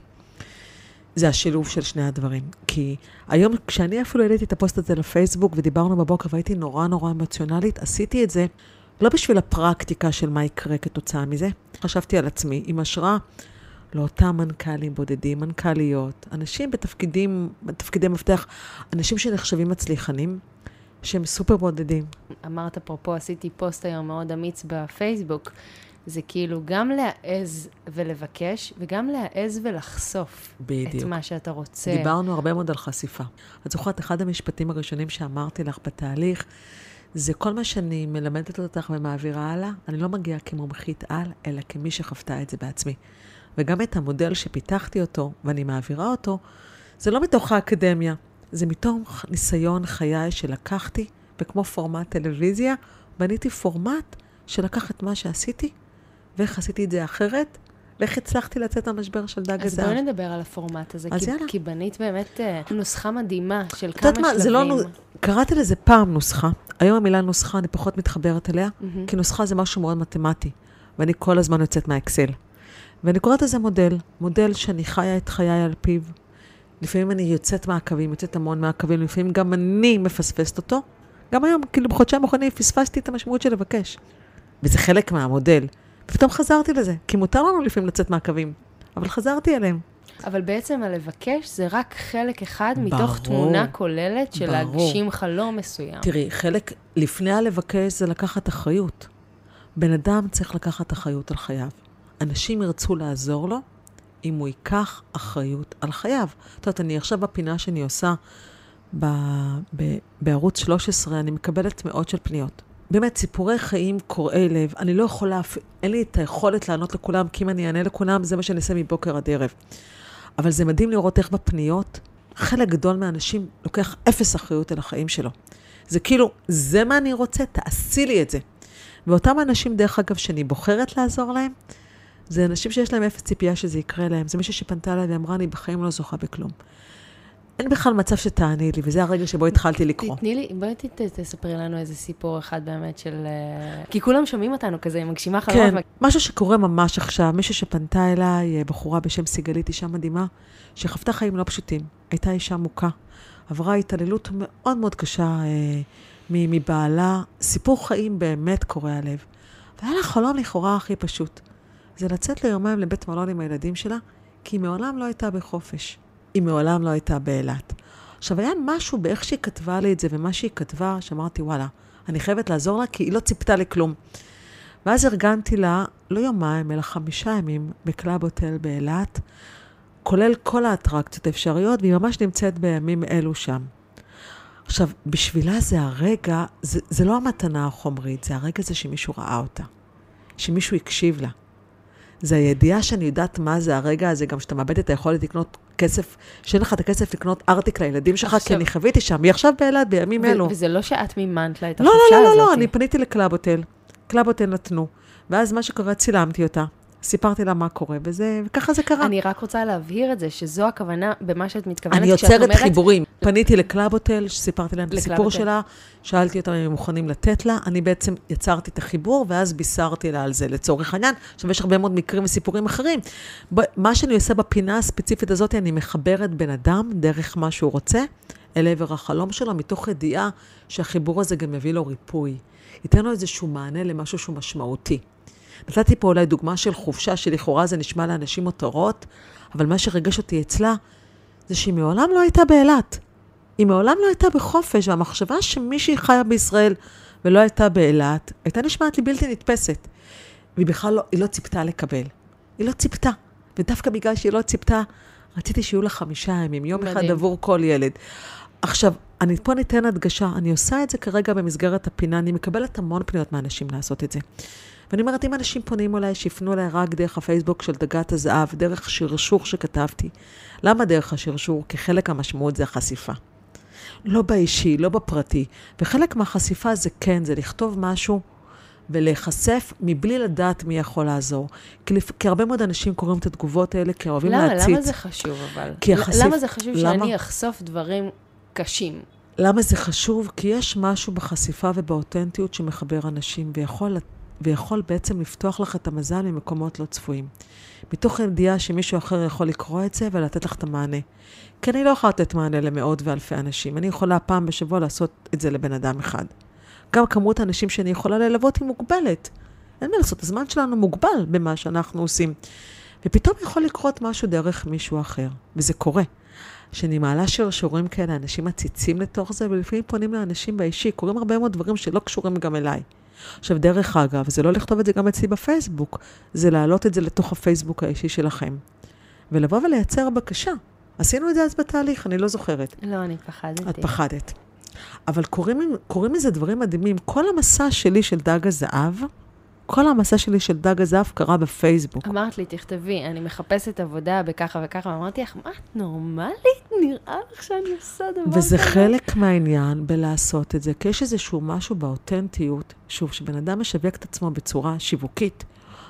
זה השילוב של שני הדברים. כי היום, כשאני אפילו העליתי את הפוסט הזה לפייסבוק, ודיברנו בבוקר, והייתי נורא נורא אמוציונלית, עשיתי את זה לא בשביל הפרקטיקה של מה יקרה כתוצאה מזה. חשבתי על עצמי, עם השראה לאותם מנכ"לים בודדים, מנכ"ליות, אנשים בתפקידי מפתח, אנשים שנחשבים מצליחנים, שהם סופר בודדים. אמרת אפרופו, עשיתי פוסט היום מאוד אמיץ בפייסבוק, זה כאילו גם להעז ולבקש, וגם להעז ולחשוף בדיוק. את מה שאתה רוצה. דיברנו הרבה מאוד על חשיפה. את זוכרת, אחד המשפטים הראשונים שאמרתי לך בתהליך, זה כל מה שאני מלמדת אותך ומעבירה הלאה, אני לא מגיעה כמומחית על, אלא כמי שחוותה את זה בעצמי. וגם את המודל שפיתחתי אותו, ואני מעבירה אותו, זה לא מתוך האקדמיה, זה מתוך ניסיון חיי שלקחתי, וכמו פורמט טלוויזיה, בניתי פורמט שלקח את מה שעשיתי, ואיך עשיתי את זה אחרת, ואיך הצלחתי לצאת המשבר של דג הזהב. אז בואי נדבר על הפורמט הזה, כי בנית באמת נוסחה מדהימה של כמה שלבים. זה לא, קראתי לזה פעם נוסחה, היום המילה נוסחה אני פחות מתחברת אליה, כי נוסחה זה משהו מאוד מתמטי, ואני כל הזמן יוצאת מהאקסל. ואני קוראת לזה מודל שאני חיה את חיי על פיו. לפעמים אני יוצאת מהקווים, יוצאת המון מהקווים, לפעמים גם אני מפספסת אותו. גם היום, כאילו בחודשיים האחרונים, פספסתי את המשמעות של לבקש. וזה חלק מהמודל. ופתאום חזרתי לזה, כי מותר לנו לפעמים לצאת מהקווים, אבל חזרתי אליהם. אבל בעצם הלבקש זה רק חלק אחד מתוך תמונה כוללת של להגשים חלום מסוים. תראי, חלק לפני הלבקש זה לקחת אחריות. בן אדם צריך לקחת אחריות על חייו. אנשים ירצו לעזור לו אם הוא ייקח אחריות על חייו. זאת אומרת, אני עכשיו בפינה שאני עושה בערוץ 13, אני מקבלת מאות של פניות. באמת, סיפורי חיים קוראי לב, אני לא יכולה, אין לי את היכולת לענות לכולם, כי אם אני אענה לכולם, זה מה שאני אעשה מבוקר עד ערב. אבל זה מדהים לראות איך בפניות, חלק גדול מהאנשים לוקח אפס אחריות על החיים שלו. זה כאילו, זה מה אני רוצה, תעשי לי את זה. ואותם האנשים, דרך אגב, שאני בוחרת לעזור להם, זה אנשים שיש להם אפס ציפייה שזה יקרה להם. זה מישהו שפנתה אליי ואמרה, אני בחיים לא זוכה בכלום. אין בכלל מצב שתעני לי, וזה הרגע שבו התחלתי לקרוא. תתני לי, בואי תספרי לנו איזה סיפור אחד באמת של... כי כולם שומעים אותנו כזה, עם מגשימה חלומות. כן, משהו שקורה ממש עכשיו, מישהו שפנתה אליי, בחורה בשם סיגלית, אישה מדהימה, שחוותה חיים לא פשוטים. הייתה אישה מוכה, עברה התעללות מאוד מאוד קשה מבעלה, סיפור חיים באמת קורע לב. והיה לה חלום לכאורה הכי פשוט. זה לצאת ליומיים לבית מלון עם הילדים שלה, כי היא מעולם לא הייתה בחופש. היא מעולם לא הייתה באילת. עכשיו, היה משהו באיך שהיא כתבה לי את זה, ומה שהיא כתבה, שאמרתי, וואלה, אני חייבת לעזור לה, כי היא לא ציפתה לכלום. ואז ארגנתי לה, לא יומיים, אלא 5 ימים, בקלאב הוטל באילת, כולל כל האטרקציות האפשריות, והיא ממש נמצאת בימים אלו שם. עכשיו, בשבילה זה הרגע, זה לא המתנה החומרית, זה הרגע זה שמישהו ראה אותה. שמישהו הקשיב לה. זה הידיעה שאני יודעת מה זה הרגע הזה, גם שאתה מאבד את היכולת לקנות כסף, שאין לך את הכסף לקנות ארטיק לילדים שלך, כי אני חוויתי שם, היא עכשיו באילת בימים אלו. וזה לא שאת מימנת לה את החופשה הזאת. לא, אני פניתי לקלאב הוטל, קלאב הוטל נתנו, ואז מה שקרה, צילמתי אותה, סיפרתי לה מה קורה, וככה זה קרה. אני רק רוצה להבהיר את זה, שזו הכוונה במה שאת מתכוונת. אני יוצרת חיבורים. פניתי לקלאב הוטל, שסיפרתי להם את הסיפור שלה, שאלתי אותם אם הם מוכנים לתת לה, אני בעצם יצרתי את החיבור, ואז בישרתי לה על זה לצורך העניין. עכשיו יש הרבה מאוד מקרים וסיפורים אחרים. מה שאני עושה בפינה הספציפית הזאת, אני מחברת בן אדם דרך מה שהוא רוצה, אל עבר החלום שלו, מתוך ידיעה שהחיבור הזה גם מביא לו ריפוי. ייתן לו איזשהו מענה למשהו שהוא משמעותי. נתתי פה אולי דוגמה של חופשה, שלכאורה זה נשמע לאנשים מותרות, אבל מה שרגש אותי אצלה, זה שהיא מעולם לא הייתה באילת. היא מעולם לא הייתה בחופש, והמחשבה שמישהי חיה בישראל ולא הייתה באילת, הייתה נשמעת לי בלתי נתפסת. והיא בכלל לא ציפתה לקבל. היא לא ציפתה. ודווקא בגלל שהיא לא ציפתה, רציתי שיהיו לה 5 ימים, יום אחד עבור כל ילד. עכשיו, אני פה ניתן הדגשה, אני עושה את זה כרגע במסגרת הפינה, אני מקבלת המון פניות מהאנשים לעשות את זה. ואני אומרת, אם אנשים פונים אליי, שיפנו אליי רק דרך הפייסבוק של דגת הזהב, דרך שרשור שכתבתי. למה דרך השרשור? כי חלק המשמעות זה החשיפה. לא באישי, לא בפרטי. וחלק מהחשיפה זה כן, זה לכתוב משהו ולהיחשף מבלי לדעת מי יכול לעזור. כי הרבה מאוד אנשים קוראים את התגובות האלה, כי אוהבים להציץ. למה זה חשוב אבל? למה זה חשוב שאני אחשוף דברים קשים? למה זה חשוב? כי יש משהו בחשיפה ובאותנטיות שמחבר אנשים, ויכול בעצם לפתוח לך את המזל ממקומות לא צפויים. מתוך הידיעה שמישהו אחר יכול לקרוא את זה ולתת לך את המענה. כי אני לא יכולה לתת מענה למאות ואלפי אנשים. אני יכולה פעם בשבוע לעשות את זה לבן אדם אחד. גם כמות האנשים שאני יכולה ללוות היא מוגבלת. אין מה לעשות, הזמן שלנו מוגבל במה שאנחנו עושים. ופתאום יכול לקרות משהו דרך מישהו אחר. וזה קורה. שאני מעלה שרשורים כאלה, אנשים מציצים לתוך זה, ולפעמים פונים לאנשים באישי, קוראים הרבה מאוד דברים שלא קשורים גם אליי. עכשיו, דרך אגב, זה לא לכתוב את זה גם אצלי בפייסבוק, זה להעלות את זה לתוך הפייסבוק האישי שלכם. ולבוא ולייצר בקשה. עשינו את זה אז בתהליך, אני לא זוכרת. לא, אני פחדתי. את פחדת. אבל קוראים מזה דברים מדהימים. כל המסע שלי של דג הזהב, קרה בפייסבוק. אמרת לי, תכתבי, אני מחפשת עבודה בככה וככה, ואמרתי לך, מה את נורמלית? נראה לך שאני עושה דבר כזה. וזה חלק מהעניין בלעשות את זה, כי יש איזשהו משהו באותנטיות, שוב, שבן אדם משווק את עצמו בצורה שיווקית.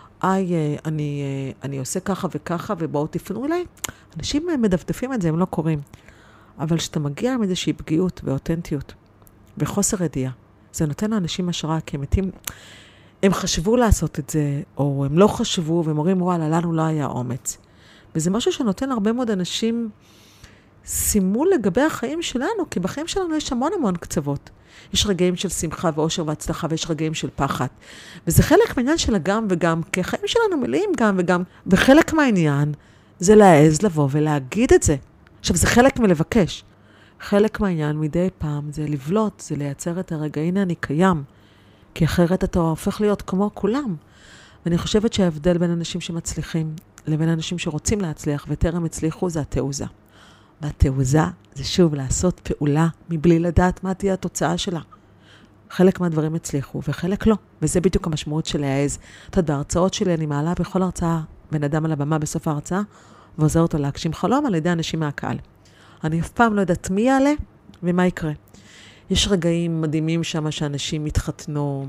אני עושה ככה וככה, ובואו תפנו אליי. אנשים מדפדפים את זה, הם לא קוראים. אבל כשאתה מגיע עם איזושהי פגיעות ואותנטיות, וחוסר ידיעה, זה נותן לאנשים השראה, כי הם חשבו לעשות את זה, או הם לא חשבו, והם אומרים, וואלה, לנו לא היה אומץ. וזה משהו שנותן הרבה מאוד אנשים סימול לגבי החיים שלנו, כי בחיים שלנו יש המון קצוות. יש רגעים של שמחה ואושר והצלחה, ויש רגעים של פחד. וזה חלק מהעניין של הגם וגם, כי החיים שלנו מלאים גם וגם, וחלק מהעניין זה להעז לבוא ולהגיד את זה. עכשיו, זה חלק מלבקש. חלק מהעניין מדי פעם זה לבלוט, זה לייצר את הרגע, הנה אני קיים. כי אחרת אתה הופך להיות כמו כולם. ואני חושבת שההבדל בין אנשים שמצליחים לבין אנשים שרוצים להצליח וטרם הצליחו זה התעוזה. והתעוזה זה שוב לעשות פעולה מבלי לדעת מה תהיה התוצאה שלה. חלק מהדברים הצליחו וחלק לא. וזה בדיוק המשמעות של להעז. אתה יודע, בהרצאות שלי אני מעלה בכל הרצאה בן אדם על הבמה בסוף ההרצאה, ועוזר אותו להגשים חלום על ידי אנשים מהקהל. אני אף פעם לא יודעת מי יעלה ומה יקרה. יש רגעים מדהימים שם שאנשים התחתנו.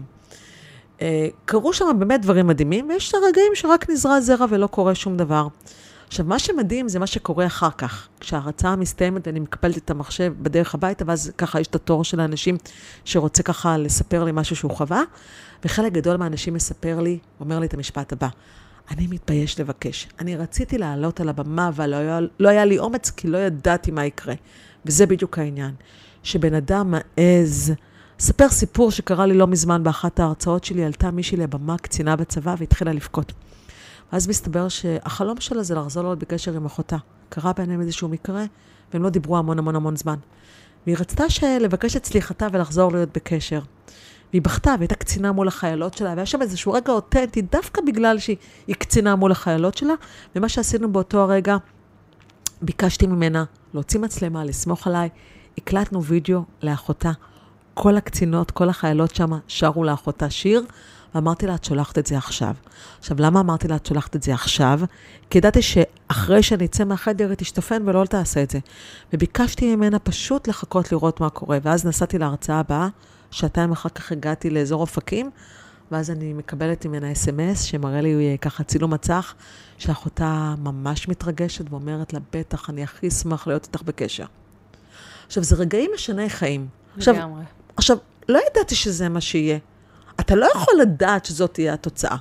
קרו שם באמת דברים מדהימים, ויש רגעים שרק נזרע זרע ולא קורה שום דבר. עכשיו, מה שמדהים זה מה שקורה אחר כך. כשההרצאה מסתיימת, אני מקפלת את המחשב בדרך הביתה, ואז ככה יש את התור של האנשים שרוצה ככה לספר לי משהו שהוא חווה, וחלק גדול מהאנשים מספר לי, אומר לי את המשפט הבא, אני מתבייש לבקש. אני רציתי לעלות על הבמה, אבל לא היה לי אומץ, כי לא ידעתי מה יקרה. וזה בדיוק העניין. שבן אדם מעז, ספר סיפור שקרה לי לא מזמן באחת ההרצאות שלי, עלתה מישהי לבמה קצינה בצבא והתחילה לבכות. ואז מסתבר שהחלום שלה זה לחזור להיות בקשר עם אחותה. קרה ביניהם איזשהו מקרה, והם לא דיברו המון זמן. והיא רצתה לבקש את סליחתה ולחזור להיות בקשר. והיא בכתה, והייתה קצינה מול החיילות שלה, והיה שם איזשהו רגע אותנטי, דווקא בגלל שהיא קצינה מול החיילות שלה, ומה שעשינו באותו הרגע, ביקשתי ממנה להוציא מצלמה, לסמוך עליי, הקלטנו וידאו לאחותה. כל הקצינות, כל החיילות שם שרו לאחותה שיר, ואמרתי לה, את שולחת את זה עכשיו. עכשיו, למה אמרתי לה, את שולחת את זה עכשיו? כי ידעתי שאחרי שאני אצא מהחדר, היא תשתפן ולא תעשה את זה. וביקשתי ממנה פשוט לחכות לראות מה קורה. ואז נסעתי להרצאה הבאה, שעתיים אחר כך הגעתי לאזור אופקים, ואז אני מקבלת ממנה SMS, שמראה לי ככה צילום מצח, שאחותה ממש מתרגשת, ואומרת לה, בטח, אני הכי אשמח להיות איתך בקשר. עכשיו, זה רגעים משני חיים. עכשיו, לא ידעתי שזה מה שיהיה. אתה לא יכול לדעת שזאת תהיה התוצאה.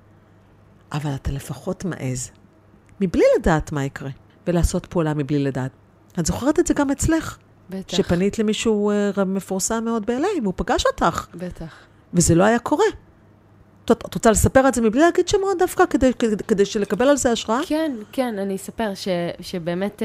אבל אתה לפחות מעז. מבלי לדעת מה יקרה. ולעשות פעולה מבלי לדעת. את זוכרת את זה גם אצלך? בטח. שפנית למישהו מפורסם מאוד ב-LA, והוא פגש אותך. בטח. וזה לא היה קורה. את רוצה לספר את זה מבלי להגיד שמות דווקא, כדי שלקבל על זה השראה? כן, אני אספר שבאמת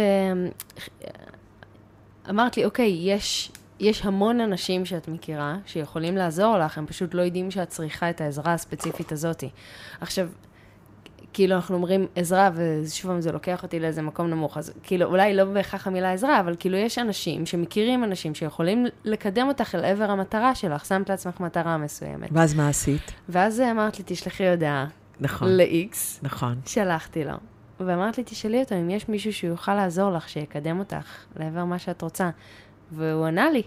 אמרת לי, אוקיי, יש המון אנשים שאת מכירה, שיכולים לעזור לך, הם פשוט לא יודעים שאת צריכה את העזרה הספציפית הזאת. עכשיו, כאילו אנחנו אומרים עזרה, ושוב זה לוקח אותי לאיזה מקום נמוך, אז כאילו אולי לא בהכרח המילה עזרה, אבל כאילו יש אנשים שמכירים אנשים שיכולים לקדם אותך אל עבר המטרה שלך, שמת לעצמך מטרה מסוימת. ואז מה עשית? ואז אמרת לי, תשלחי הודעה. נכון. ל-X. נכון. שלחתי לו. ואמרת לי, תשאלי אותו אם יש מישהו שיוכל לעזור לך, שיקדם אותך לעבר מה שאת רוצה. והוא ענה לי.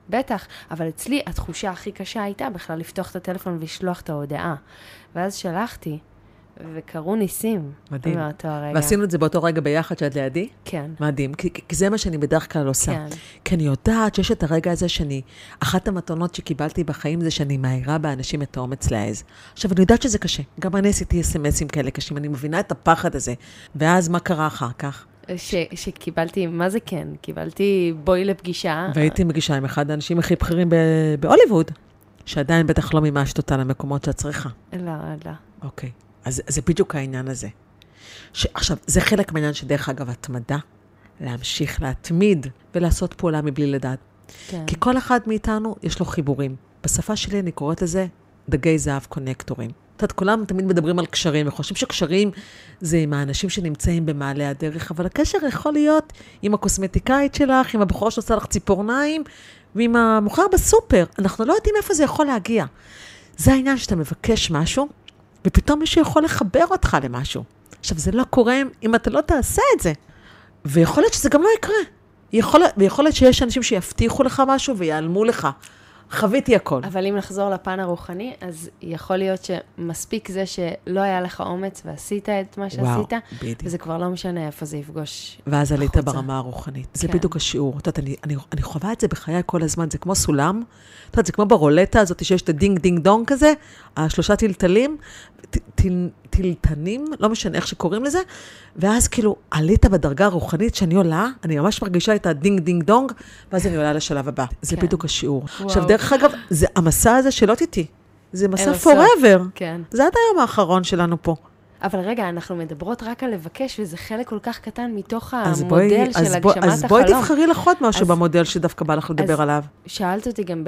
בטח, אבל אצלי התחושה הכי קשה הייתה בכלל לפתוח את הטלפון ולשלוח את ההודעה. ואז שלחתי, וקראו ניסים. מדהים. מאותו הרגע. ועשינו את זה באותו רגע ביחד שאת לידי? כן. מדהים, כי זה מה שאני בדרך כלל עושה. כן. כי אני יודעת שיש את הרגע הזה אחת המתנות שקיבלתי בחיים זה שאני מהירה באנשים את האומץ להעז. עכשיו, אני יודעת שזה קשה. גם אני עשיתי אס-אמסים כאלה קשים, אני מבינה את הפחד הזה. ואז מה קרה אחר כך? שקיבלתי, מה זה כן? קיבלתי בואי לפגישה. והייתי מגישה עם אחד האנשים הכי בכירים בהוליווד, שעדיין בטח לא מימשת אותה למקומות שאת צריכה. לא. אוקיי. אז זה בדיוק העניין הזה. עכשיו, זה חלק מהעניין שדרך אגב התמדה, להמשיך להתמיד ולעשות פעולה מבלי לדעת. כן. כי כל אחד מאיתנו יש לו חיבורים. בשפה שלי אני קוראת לזה דגי זהב קונקטורים. את יודעת, כולם תמיד מדברים על קשרים, וחושבים שקשרים זה עם האנשים שנמצאים במעלה הדרך, אבל הקשר יכול להיות עם הקוסמטיקאית שלך, עם הבחור שעושה לך ציפורניים, ועם המוכר בסופר. אנחנו לא יודעים איפה זה יכול להגיע. זה העניין שאתה מבקש משהו, ופתאום מישהו יכול לחבר אותך למשהו. עכשיו, זה לא קורה אם אתה לא תעשה את זה. ויכול להיות שזה גם לא יקרה. ויכול להיות שיש אנשים שיבטיחו לך משהו ויעלמו לך. חוויתי הכל. אבל אם נחזור לפן הרוחני, אז יכול להיות שמספיק זה שלא היה לך אומץ ועשית את מה שעשית, וזה כבר לא משנה איפה זה יפגוש. ואז עלית ברמה הרוחנית. זה בדיוק השיעור. את יודעת, אני חווה את זה בחיי כל הזמן, זה כמו סולם. את יודעת, זה כמו ברולטה הזאת שיש את הדינג דינג דונג כזה, השלושה טלטלים, טלטנים, לא משנה איך שקוראים לזה, ואז כאילו עלית בדרגה הרוחנית שאני עולה, אני ממש מרגישה את הדינג דינג דונג, ואז אני עולה לשלב הבא. זה בדיוק השיעור. עכשיו, דרך אגב, זה המסע הזה שלא תיתי. זה מסע forever. כן. זה עד היום האחרון שלנו פה. אבל רגע, אנחנו מדברות רק על לבקש, וזה חלק כל כך קטן מתוך המודל של הגשמת החלום. אז בואי תבחרי לך עוד משהו במודל שדווקא בא לך לדבר עליו. שאלת אותי גם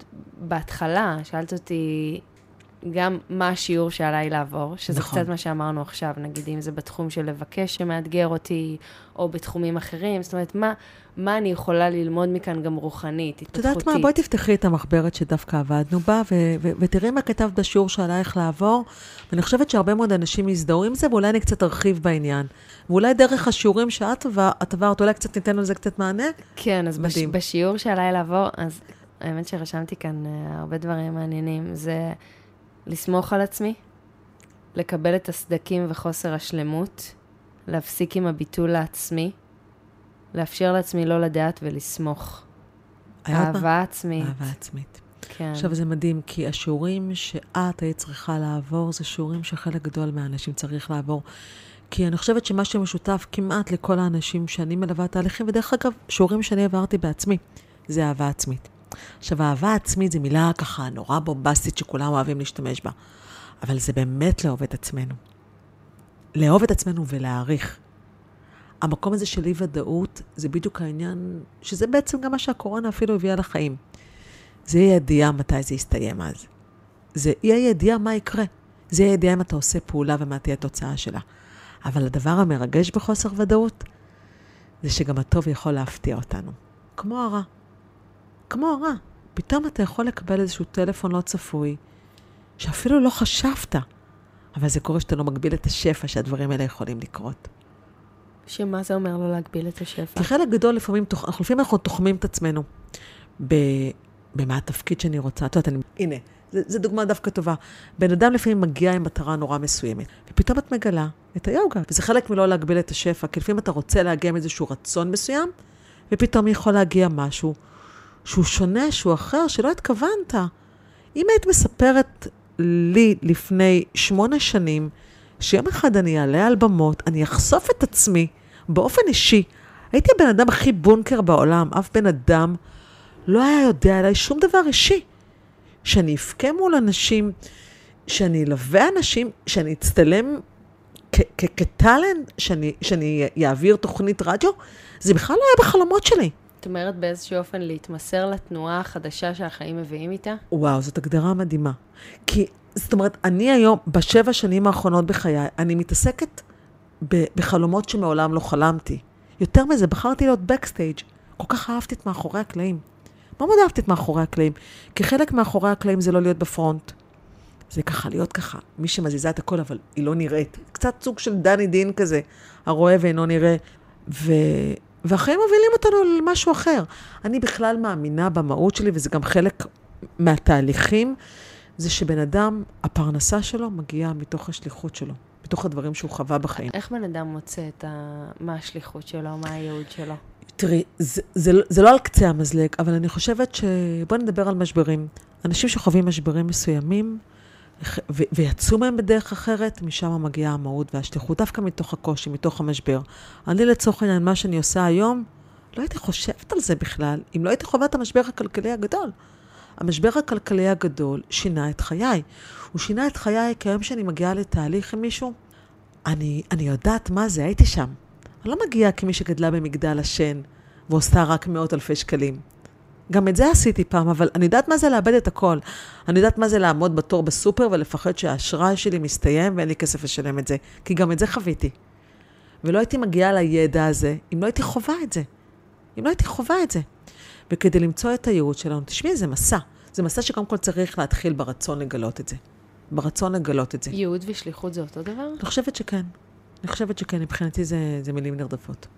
בהתחלה, שאלת אותי גם מה השיעור שעליי לעבור, שזה קצת מה שאמרנו עכשיו, נגיד אם זה בתחום של לבקש שמאתגר אותי, או בתחומים אחרים, זאת אומרת, מה אני יכולה ללמוד מכאן גם רוחנית, התפתחותית. את יודעת מה, בואי תפתחי את המחברת שדווקא עבדנו בה, ותראי מה כתב בשיעור שעלייך לעבור, ואני חושבת שהרבה מאוד אנשים יזדהו עם זה, ואולי אני קצת ארחיב בעניין. ואולי דרך השיעורים שאת עברת, אולי קצת ניתן על זה קצת מענה? כן, אז בשיעור שעליי לעבור, אז האמת שרשמתי כאן הרבה דברים מעניינים, זה לסמוך על עצמי, לקבל את הסדקים וחוסר השלמות, להפסיק עם הביטול לעצמי, לאפשר לעצמי לא לדעת ולסמוך. אהבה עצמית. אהבה עצמית. כן. עכשיו זה מדהים, כי השיעורים שאת היית צריכה לעבור, זה שיעורים שחלק גדול מהאנשים צריך לעבור. כי אני חושבת שמה שמשותף כמעט לכל האנשים שאני מלווה תהליכים, ודרך אגב, שיעורים שאני עברתי בעצמי, זה אהבה עצמית. עכשיו, אהבה עצמית זה מילה ככה נורא בומבסטית שכולם אוהבים להשתמש בה. אבל זה באמת לאהוב את עצמנו. לאהוב את עצמנו ולהעריך. המקום הזה של אי ודאות, זה בדיוק העניין, שזה בעצם גם מה שהקורונה אפילו הביאה לחיים. זה יהיה ידיעה מתי זה יסתיים אז. זה יהיה ידיעה מה יקרה. זה יהיה ידיעה אם אתה עושה פעולה ומה תהיה התוצאה שלה. אבל הדבר המרגש בחוסר ודאות, זה שגם הטוב יכול להפתיע אותנו. כמו הרע. כמו הרע. פתאום אתה יכול לקבל איזשהו טלפון לא צפוי, שאפילו לא חשבת. אבל זה קורה שאתה לא מגביל את השפע, שהדברים האלה יכולים לקרות. שמה זה אומר לא להגביל את השפע? כי חלק גדול לפעמים אנחנו תוחמים את עצמנו. במה התפקיד שאני רוצה. הנה, זו דוגמה דווקא טובה. בן אדם לפעמים מגיע עם מטרה נורא מסוימת, ופתאום את מגלה את היוגה. וזה חלק מלא להגביל את השפע, כי לפעמים אתה רוצה להגיע עם איזשהו רצון מסוים, ופתאום יכול להגיע משהו שהוא שונה, שהוא אחר, שלא התכוונת. אם היית מספרת לי לפני 8 שנים, שיום אחד אני אעלה על במות, אני אחשוף את עצמי באופן אישי. הייתי הבן אדם הכי בונקר בעולם, אף בן אדם לא היה יודע עליי שום דבר אישי. שאני אפקה מול אנשים, שאני אלווה אנשים, שאני אצטלם כטלנט, שאני יעביר תוכנית רדיו, זה בכלל לא היה בחלומות שלי. זאת אומרת באיזשהו אופן להתמסר לתנועה החדשה שהחיים מביאים איתה? וואו, זאת הגדרה מדהימה. כי, זאת אומרת, אני היום, ב7 שנים האחרונות בחיי, אני מתעסקת בחלומות שמעולם לא חלמתי. יותר מזה, בחרתי להיות בקסטייג'. כל כך אהבתי את מאחורי הקלעים. מה מאוד אהבתי את מאחורי הקלעים? כי חלק מאחורי הקלעים זה לא להיות בפרונט. זה ככה, להיות ככה. מי שמזיזה את הכל, אבל היא לא נראית. קצת סוג של דני דין כזה, הרואה ואינו נראה. והחיים מובילים אותנו למשהו אחר. אני בכלל מאמינה במהות שלי, וזה גם חלק מהתהליכים, זה שבן אדם, הפרנסה שלו מגיעה מתוך השליחות שלו, מתוך הדברים שהוא חווה בחיים. איך בן אדם מוצא מה השליחות שלו, מה הייעוד שלו? תראי, זה לא על קצה המזלג, אבל אני חושבת בוא נדבר על משברים. אנשים שחווים משברים מסוימים, ויצאו מהם בדרך אחרת, משם מגיעה המהות והשליחות, דווקא מתוך הקושי, מתוך המשבר. אני לצורך העניין, מה שאני עושה היום, לא הייתי חושבת על זה בכלל, אם לא הייתי חווה את המשבר הכלכלי הגדול. המשבר הכלכלי הגדול שינה את חיי. הוא שינה את חיי כי היום שאני מגיעה לתהליך עם מישהו, אני יודעת מה זה, הייתי שם. אני לא מגיעה כמי שגדלה במגדל השן, ועושה רק 100,000 שקלים. גם את זה עשיתי פעם, אבל אני יודעת מה זה לאבד את הכל. אני יודעת מה זה לעמוד בתור בסופר ולפחד שהאשראי שלי מסתיים ואין לי כסף לשלם את זה. כי גם את זה חוויתי. ולא הייתי מגיעה לידע הזה, אם לא הייתי חווה את זה. אם לא הייתי חווה את זה. וכדי למצוא את הייעוד שלנו, תשמעי, זה מסע. זה מסע שקודם כל צריך להתחיל ברצון לגלות את זה. ברצון לגלות את זה. ייעוד ושליחות זה אותו דבר? אני חושבת שכן. אני חושבת שכן. מבחינתי זה מילים נרדפות.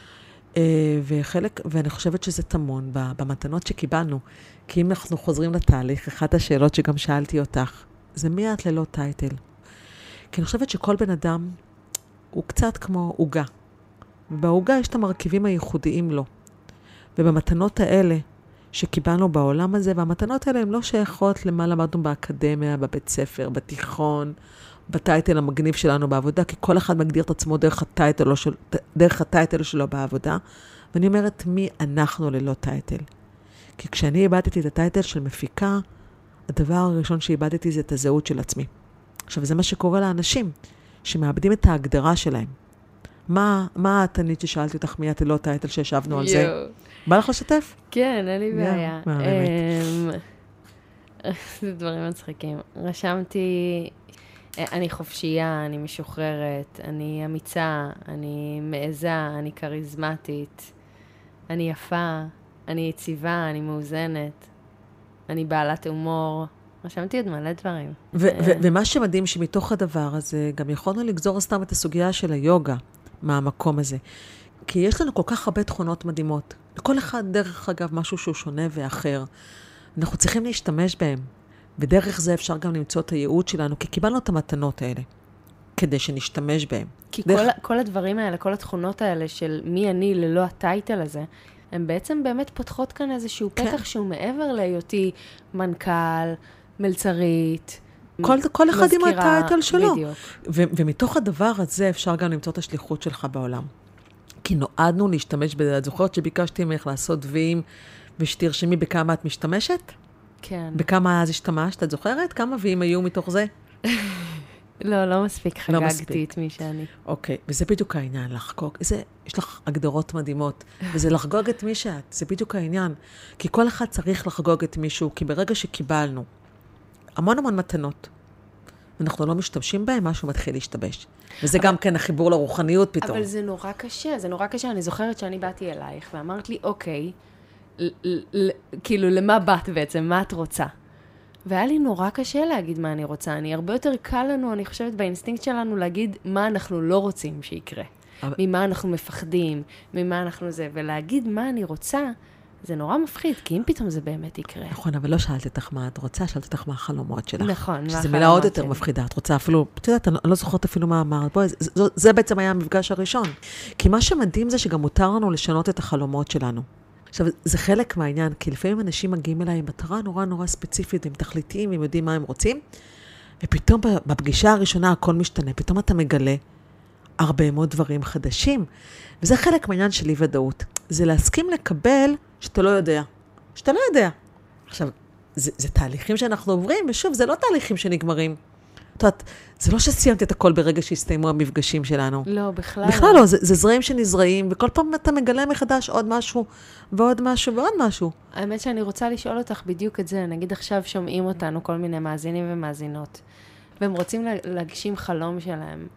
ואני חושבת שזה תמון במתנות שקיבלנו. כי אם אנחנו חוזרים לתהליך, אחת השאלות שגם שאלתי אותך, זה מי את ללא טייטל? כי אני חושבת שכל בן אדם הוא קצת כמו עוגה. ובעוגה יש את המרכיבים הייחודיים לו. ובמתנות האלה שקיבלנו בעולם הזה, והמתנות האלה הן לא שייכות למה למדנו באקדמיה, בבית ספר, בתיכון, בטייטל המגניב שלנו בעבודה, כי כל אחד מגדיר את עצמו דרך הטייטל שלו בעבודה, ואני אומרת, מי אנחנו ללא טייטל? כי כשאני איבדתי את הטייטל של מפיקה, הדבר הראשון שאיבדתי זה את הזהות של עצמי. עכשיו, זה מה שקורה לאנשים, שמאבדים את ההגדרה שלהם. מה את ענית ששאלתי אותך מי את ללא טייטל שישבנו על זה? בא לך לשתף? כן, אין לי בעיה. זה דברים מצחיקים. רשמתי, אני חופשייה, אני משוחררת, אני אמיצה, אני מעזה, אני קריזמטית, אני יפה, אני יציבה, אני מאוזנת, אני בעלת הומור. רשמתי עוד מלא דברים. ומה שמדהים שמתוך הדבר הזה, גם יכולנו לגזור סתם את הסוגיה של היוגה מהמקום הזה. כי יש לנו כל כך הרבה תכונות מדהימות. לכל אחד דרך אגב משהו שהוא שונה ואחר. אנחנו צריכים להשתמש בהם. בדרך זה אפשר גם למצוא את הייעוד שלנו, כי קיבלנו את המתנות האלה, כדי שנשתמש בהם. כי כל הדברים האלה, כל התכונות האלה של מי אני ללא הטייטל הזה, הם בעצם באמת פותחות כאן איזשהו פתח שהוא מעבר להיותי מנכ"ל, מלצרית, כל אחד עם הטייטל שלו. בדיוק. ומתוך הדבר הזה אפשר גם למצוא את השליחות שלך בעולם. כי נועדנו להשתמש בזה. את זוכרת שביקשתי ממך לעשות ויים, ושתרשמי בכמה את משתמשת? כן. בכמה אז השתמשת? את זוכרת? כמה ויים היו מתוך זה? לא מספיק חגגתי את מי שאני. אוקיי, וזה בדיוק העניין, לחגוג. יש לך הגדרות מדהימות, וזה לחגוג את מי שאת, זה בדיוק העניין. כי כל אחד צריך לחגוג את מישהו, כי ברגע שקיבלנו המון מתנות, אנחנו לא משתמשים בהם, משהו מתחיל להשתבש. וזה גם כן החיבור לרוחניות פתאום. אבל זה נורא קשה, זה נורא קשה. אני זוכרת שאני באתי אלייך, ואמרת לי, אוקיי, כאילו, למה באת בעצם? מה את רוצה? והיה לי נורא קשה להגיד מה אני רוצה. הרבה יותר קל לנו, אני חושבת, באינסטינקט שלנו, להגיד מה אנחנו לא רוצים שיקרה. ממה אנחנו מפחדים, ממה אנחנו זה. ולהגיד מה אני רוצה, זה נורא מפחיד, כי אם פתאום זה באמת יקרה. נכון, אבל לא שאלת אותך מה את רוצה, שאלת אותך מה החלומות שלך. נכון, שזה מילה עוד יותר מפחידה. את רוצה אפילו, את יודעת, אני לא זוכרת אפילו מה אמרת. בואי, זה בעצם היה המפגש הראשון. כי מה שמדהים זה שגם מותר לנו לשנות את החלומות שלנו. עכשיו, זה חלק מהעניין, כי לפעמים אנשים מגיעים אליי עם מטרה נורא ספציפית, הם תכליתיים, הם יודעים מה הם רוצים, ופתאום בפגישה הראשונה הכל משתנה, פתאום אתה מגלה הרבה מאוד דברים חדשים, וזה חלק מהעניין של אי ודאות. זה להסכים לקבל שאתה לא יודע. שאתה לא יודע. עכשיו, זה תהליכים שאנחנו עוברים, ושוב, זה לא תהליכים שנגמרים. את יודעת, זה לא שסיימת את הכל ברגע שהסתיימו המפגשים שלנו. לא, בכלל לא. זה זרעים שנזרעים, וכל פעם אתה מגלה מחדש עוד משהו, ועוד משהו, ועוד משהו. האמת שאני רוצה לשאול אותך בדיוק את זה. נגיד עכשיו שומעים אותנו כל מיני מאזינים ומאזינות, והם רוצים להגשים חלום שלהם.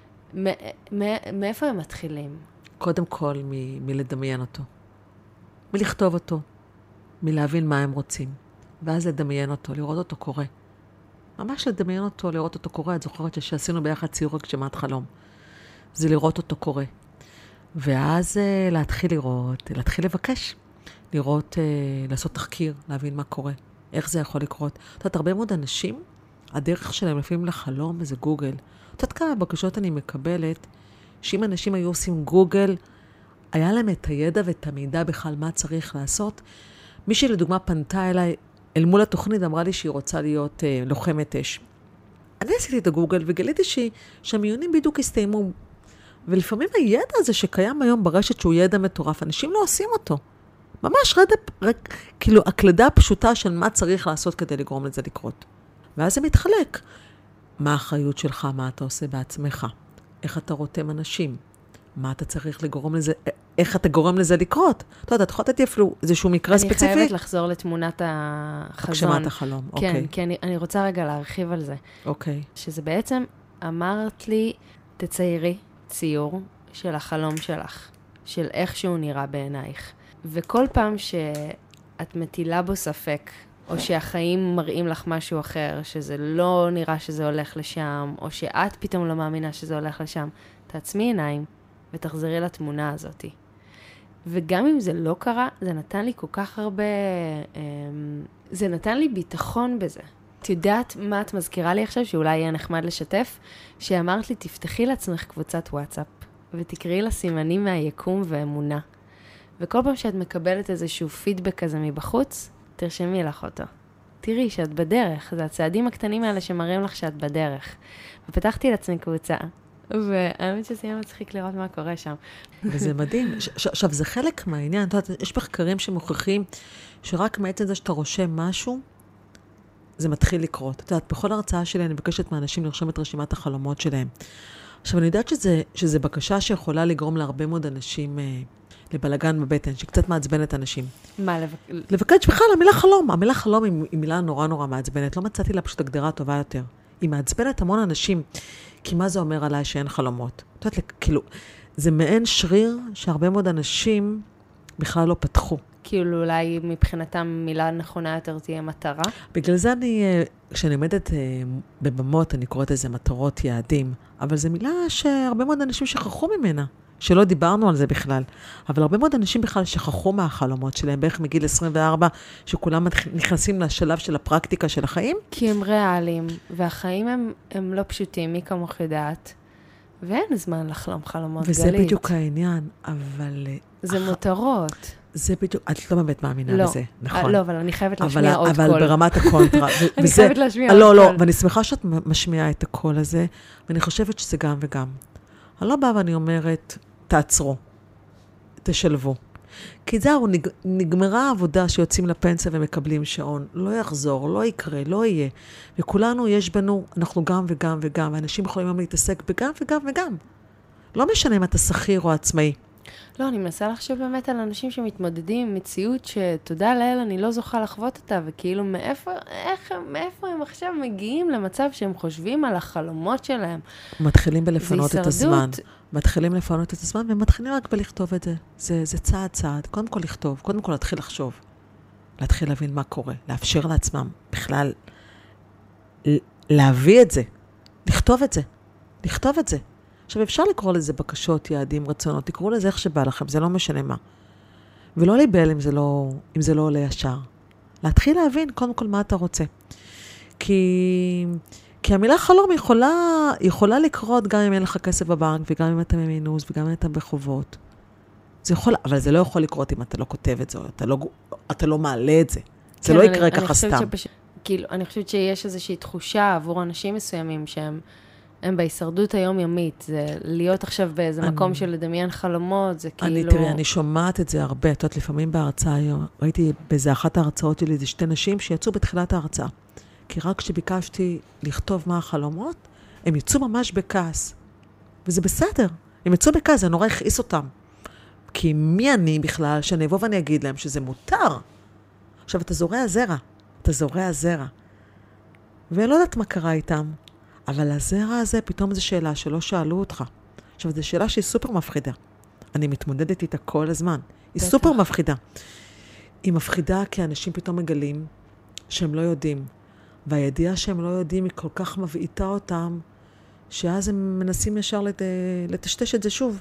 מאיפה הם מתחילים? קודם כל, מלדמיין אותו. מלכתוב אותו. מלהבין מה הם רוצים. ואז לדמיין אותו, לראות אותו קורה. ממש לדמיין אותו, לראות אותו קורה. את זוכרת שעשינו ביחד ציור הגשמת חלום. זה לראות אותו קורה. ואז להתחיל לראות, להתחיל לבקש, לראות, לעשות תחקיר, להבין מה קורה, איך זה יכול לקרות. את יודעת, הרבה מאוד אנשים, הדרך שלהם לפעמים לחלום זה גוגל. את יודעת כמה בקשות אני מקבלת, שאם אנשים היו עושים גוגל, היה להם את הידע ואת המידע בכלל מה צריך לעשות. מישהי לדוגמה פנתה אליי, אל מול התוכנית, אמרה לי שהיא רוצה להיות לוחמת אש. אני עשיתי את הגוגל וגיליתי שהמיונים בדיוק הסתיימו. ולפעמים הידע הזה שקיים היום ברשת שהוא ידע מטורף, אנשים לא עושים אותו. ממש כאילו הקלדה הפשוטה של מה צריך לעשות כדי לגרום לזה לקרות. ואז זה מתחלק. מה האחריות שלך, מה אתה עושה בעצמך? איך אתה רותם אנשים? מה אתה צריך לגרום לזה, איך אתה גורם לזה לקרות? אתה יודע, את יכולה לתת אפילו איזשהו מקרה ספציפי? אני חייבת לחזור לתמונת החזון. הגשמת החלום, אוקיי. כן, כי אני רוצה רגע להרחיב על זה. אוקיי. שזה בעצם, אמרת לי, תציירי ציור של החלום שלך, של איך שהוא נראה בעינייך. וכל פעם שאת מטילה בו ספק, או שהחיים מראים לך משהו אחר, שזה לא נראה שזה הולך לשם, או שאת פתאום לא מאמינה שזה הולך לשם, תעצמי עיניים ותחזרי לתמונה הזאת. וגם אם זה לא קרה, זה נתן לי כל כך הרבה, זה נתן לי ביטחון בזה. את יודעת מה את מזכירה לי עכשיו, שאולי יהיה נחמד לשתף? שאמרת לי, תפתחי לעצמך קבוצת וואטסאפ, ותקראי לה סימנים מהיקום ואמונה. וכל פעם שאת מקבלת איזשהו פידבק כזה מבחוץ, תרשמי לך אותו. תראי שאת בדרך, זה הצעדים הקטנים האלה שמראים לך שאת בדרך. ופתחתי לעצמי קבוצה, והאמת שזה יהיה מצחיק לראות מה קורה שם. וזה מדהים. עכשיו, זה חלק מהעניין. את יודעת, יש מחקרים שמוכיחים שרק מעצם זה שאתה רושם משהו, זה מתחיל לקרות. את יודעת, בכל הרצאה שלי אני מבקשת מאנשים לרשום את רשימת החלומות שלהם. עכשיו, אני יודעת שזה בקשה שיכולה לגרום להרבה מאוד אנשים לבלגן בבטן, שקצת מעצבנת אנשים. מה לבקש בכלל, המילה חלום. המילה חלום היא מילה נורא נורא מעצבנת. לא מצאתי לה פשוט הגדרה טובה יותר. היא מעצבנת המון אנשים. כי מה זה אומר עליי שאין חלומות? את יודעת, כאילו, זה מעין שריר שהרבה מאוד אנשים בכלל לא פתחו. כאילו אולי מבחינתם מילה נכונה יותר תהיה מטרה? בגלל זה כשאני עומדת בבמות, אני קוראת איזה מטרות, יעדים, אבל זו מילה שהרבה מאוד אנשים שכחו ממנה, שלא דיברנו על זה בכלל. אבל הרבה מאוד אנשים בכלל שכחו מהחלומות שלהם, בערך מגיל 24, שכולם נכנסים לשלב של הפרקטיקה של החיים. כי הם ריאליים, והחיים הם לא פשוטים, מי כמוך יודעת. ואין זמן לחלום חלומות גלית. וזה בדיוק העניין, אבל... זה מותרות. זה בדיוק, את לא באמת מאמינה לזה, נכון? לא, אבל אני חייבת להשמיע עוד קול. אבל ברמת הקונטרה. אני חייבת להשמיע עוד קול. לא, ואני שמחה שאת משמיעה את הקול הזה, ואני חושבת שזה גם וגם. אני לא באה ואני אומרת, תעצרו, תשלבו. כי זהו, נגמרה העבודה שיוצאים לפנסיה ומקבלים שעון. לא יחזור, לא יקרה, לא יהיה. וכולנו יש בנו, אנחנו גם וגם וגם, ואנשים יכולים היום להתעסק בגם וגם וגם. לא משנה אם אתה שכיר או עצמאי. לא, אני מנסה לחשוב באמת על אנשים שמתמודדים עם מציאות שתודה לאל אני לא זוכה לחוות אותה, וכאילו מאיפה הם עכשיו מגיעים למצב שהם חושבים על החלומות שלהם. מתחילים בלפנות את הזמן. מתחילים לפנות את הזמן, ומתחילים רק בלכתוב את זה. זה צעד צעד. קודם כל לכתוב, קודם כל להתחיל לחשוב. להתחיל להבין מה קורה, לאפשר לעצמם בכלל, להביא את זה, לכתוב את זה, לכתוב את זה. עכשיו, אפשר לקרוא לזה בקשות, יעדים, רצונות, תקראו לזה איך שבא לכם, זה לא משנה מה. ולא להיבהל אם זה לא עולה ישר. להתחיל להבין קודם כל מה אתה רוצה. כי המילה חלום יכולה לקרות גם אם אין לך כסף בבנק, וגם אם אתה ממינוס, וגם אם אתה בחובות. זה יכול, אבל זה לא יכול לקרות אם אתה לא כותב את זה, או אתה לא מעלה את זה. זה לא יקרה ככה סתם. כאילו, אני חושבת שיש איזושהי תחושה עבור אנשים מסוימים שהם בהישרדות היומיומית, זה להיות עכשיו באיזה מקום של לדמיין חלומות, זה כאילו... תראי, אני שומעת את זה הרבה, את יודעת, לפעמים בהרצאה היום, ראיתי באיזה אחת ההרצאות שלי, זה שתי נשים שיצאו בתחילת ההרצאה. כי רק כשביקשתי לכתוב מה החלומות, הם יצאו ממש בכעס. וזה בסדר. הם יצאו בכעס, זה נורא הכעיס אותם. כי מי אני בכלל שאני אבוא ואני אגיד להם שזה מותר? עכשיו, אתה זורע זרע. ולא יודעת מה קרה איתם. אבל הזרע הזה, פתאום זו שאלה שלא שאלו אותך. עכשיו, זו שאלה שהיא סופר מפחידה. אני מתמודדת איתה כל הזמן. היא סופר מפחידה. היא מפחידה כי אנשים פתאום מגלים שהם לא יודעים. והידיעה שהם לא יודעים היא כל כך מבעיטה אותם, שאז הם מנסים ישר לטשטש את זה שוב.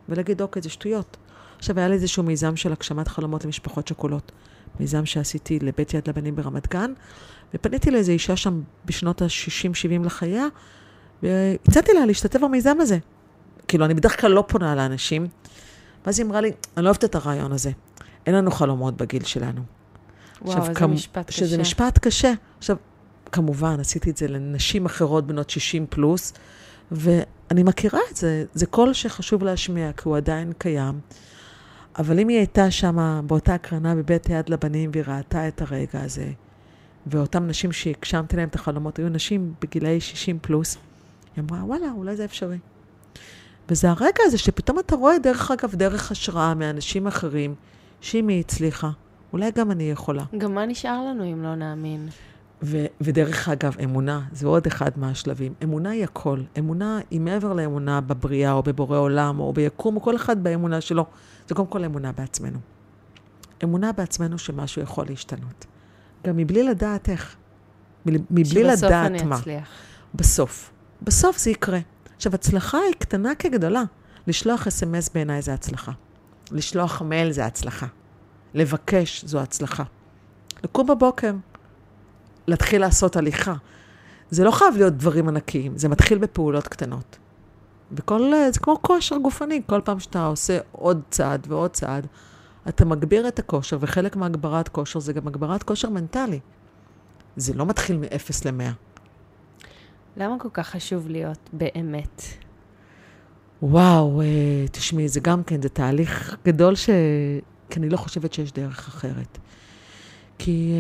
ולהגיד, אוקיי, זה שטויות. עכשיו, היה לי איזשהו מיזם של הגשמת חלומות למשפחות שכולות. מיזם שעשיתי לבית יד לבנים ברמת גן, ופניתי לאיזו אישה שם בשנות ה-60-70 לחייה, והצעתי לה להשתתף במיזם הזה. כאילו, אני בדרך כלל לא פונה לאנשים, ואז היא אמרה לי, אני לא אוהבת את הרעיון הזה. אין לנו חלומות בגיל שלנו. וואו, איזה משפט קשה. שזה משפט קשה. עכשיו, כמובן, עשיתי את זה לנשים אחרות בנות 60 פלוס, ואני מכירה את זה. זה קול שחשוב להשמיע, כי הוא עדיין קיים. אבל אם היא הייתה שם באותה הקרנה בבית יד לבנים, והיא ראתה את הרגע הזה, ואותם נשים שהגשמתי להם את החלומות, היו נשים בגילאי 60 פלוס, היא אמרה, וואלה, אולי זה אפשרי. וזה הרגע הזה שפתאום אתה רואה דרך אגב, דרך השראה מאנשים אחרים, שאם היא הצליחה, אולי גם אני יכולה. גם מה נשאר לנו אם לא נאמין? ודרך אגב, אמונה, זה עוד אחד מהשלבים. אמונה היא הכל. אמונה היא מעבר לאמונה בבריאה, או בבורא עולם, או ביקום, או כל אחד באמונה שלו. זה קודם כל אמונה בעצמנו. אמונה בעצמנו שמשהו יכול להשתנות. גם מבלי לדעת איך. מבלי לדעת מה. שבסוף אני אצליח. בסוף זה יקרה. עכשיו, הצלחה היא קטנה כגדולה. לשלוח SMS בעיניי זה הצלחה. לשלוח מייל זה הצלחה. לבקש זו הצלחה. לקום בבוקר. להתחיל לעשות הליכה. זה לא חייב להיות דברים ענקיים, זה מתחיל בפעולות קטנות. זה כמו כושר גופני, כל פעם שאתה עושה עוד צעד ועוד צעד, אתה מגביר את הכושר, וחלק מהגברת כושר זה גם הגברת כושר מנטלי. זה לא מתחיל מ-0 ל-100. למה כל כך חשוב להיות באמת? וואו, תשמעי, זה גם כן, זה תהליך גדול כי אני לא חושבת שיש דרך אחרת. כי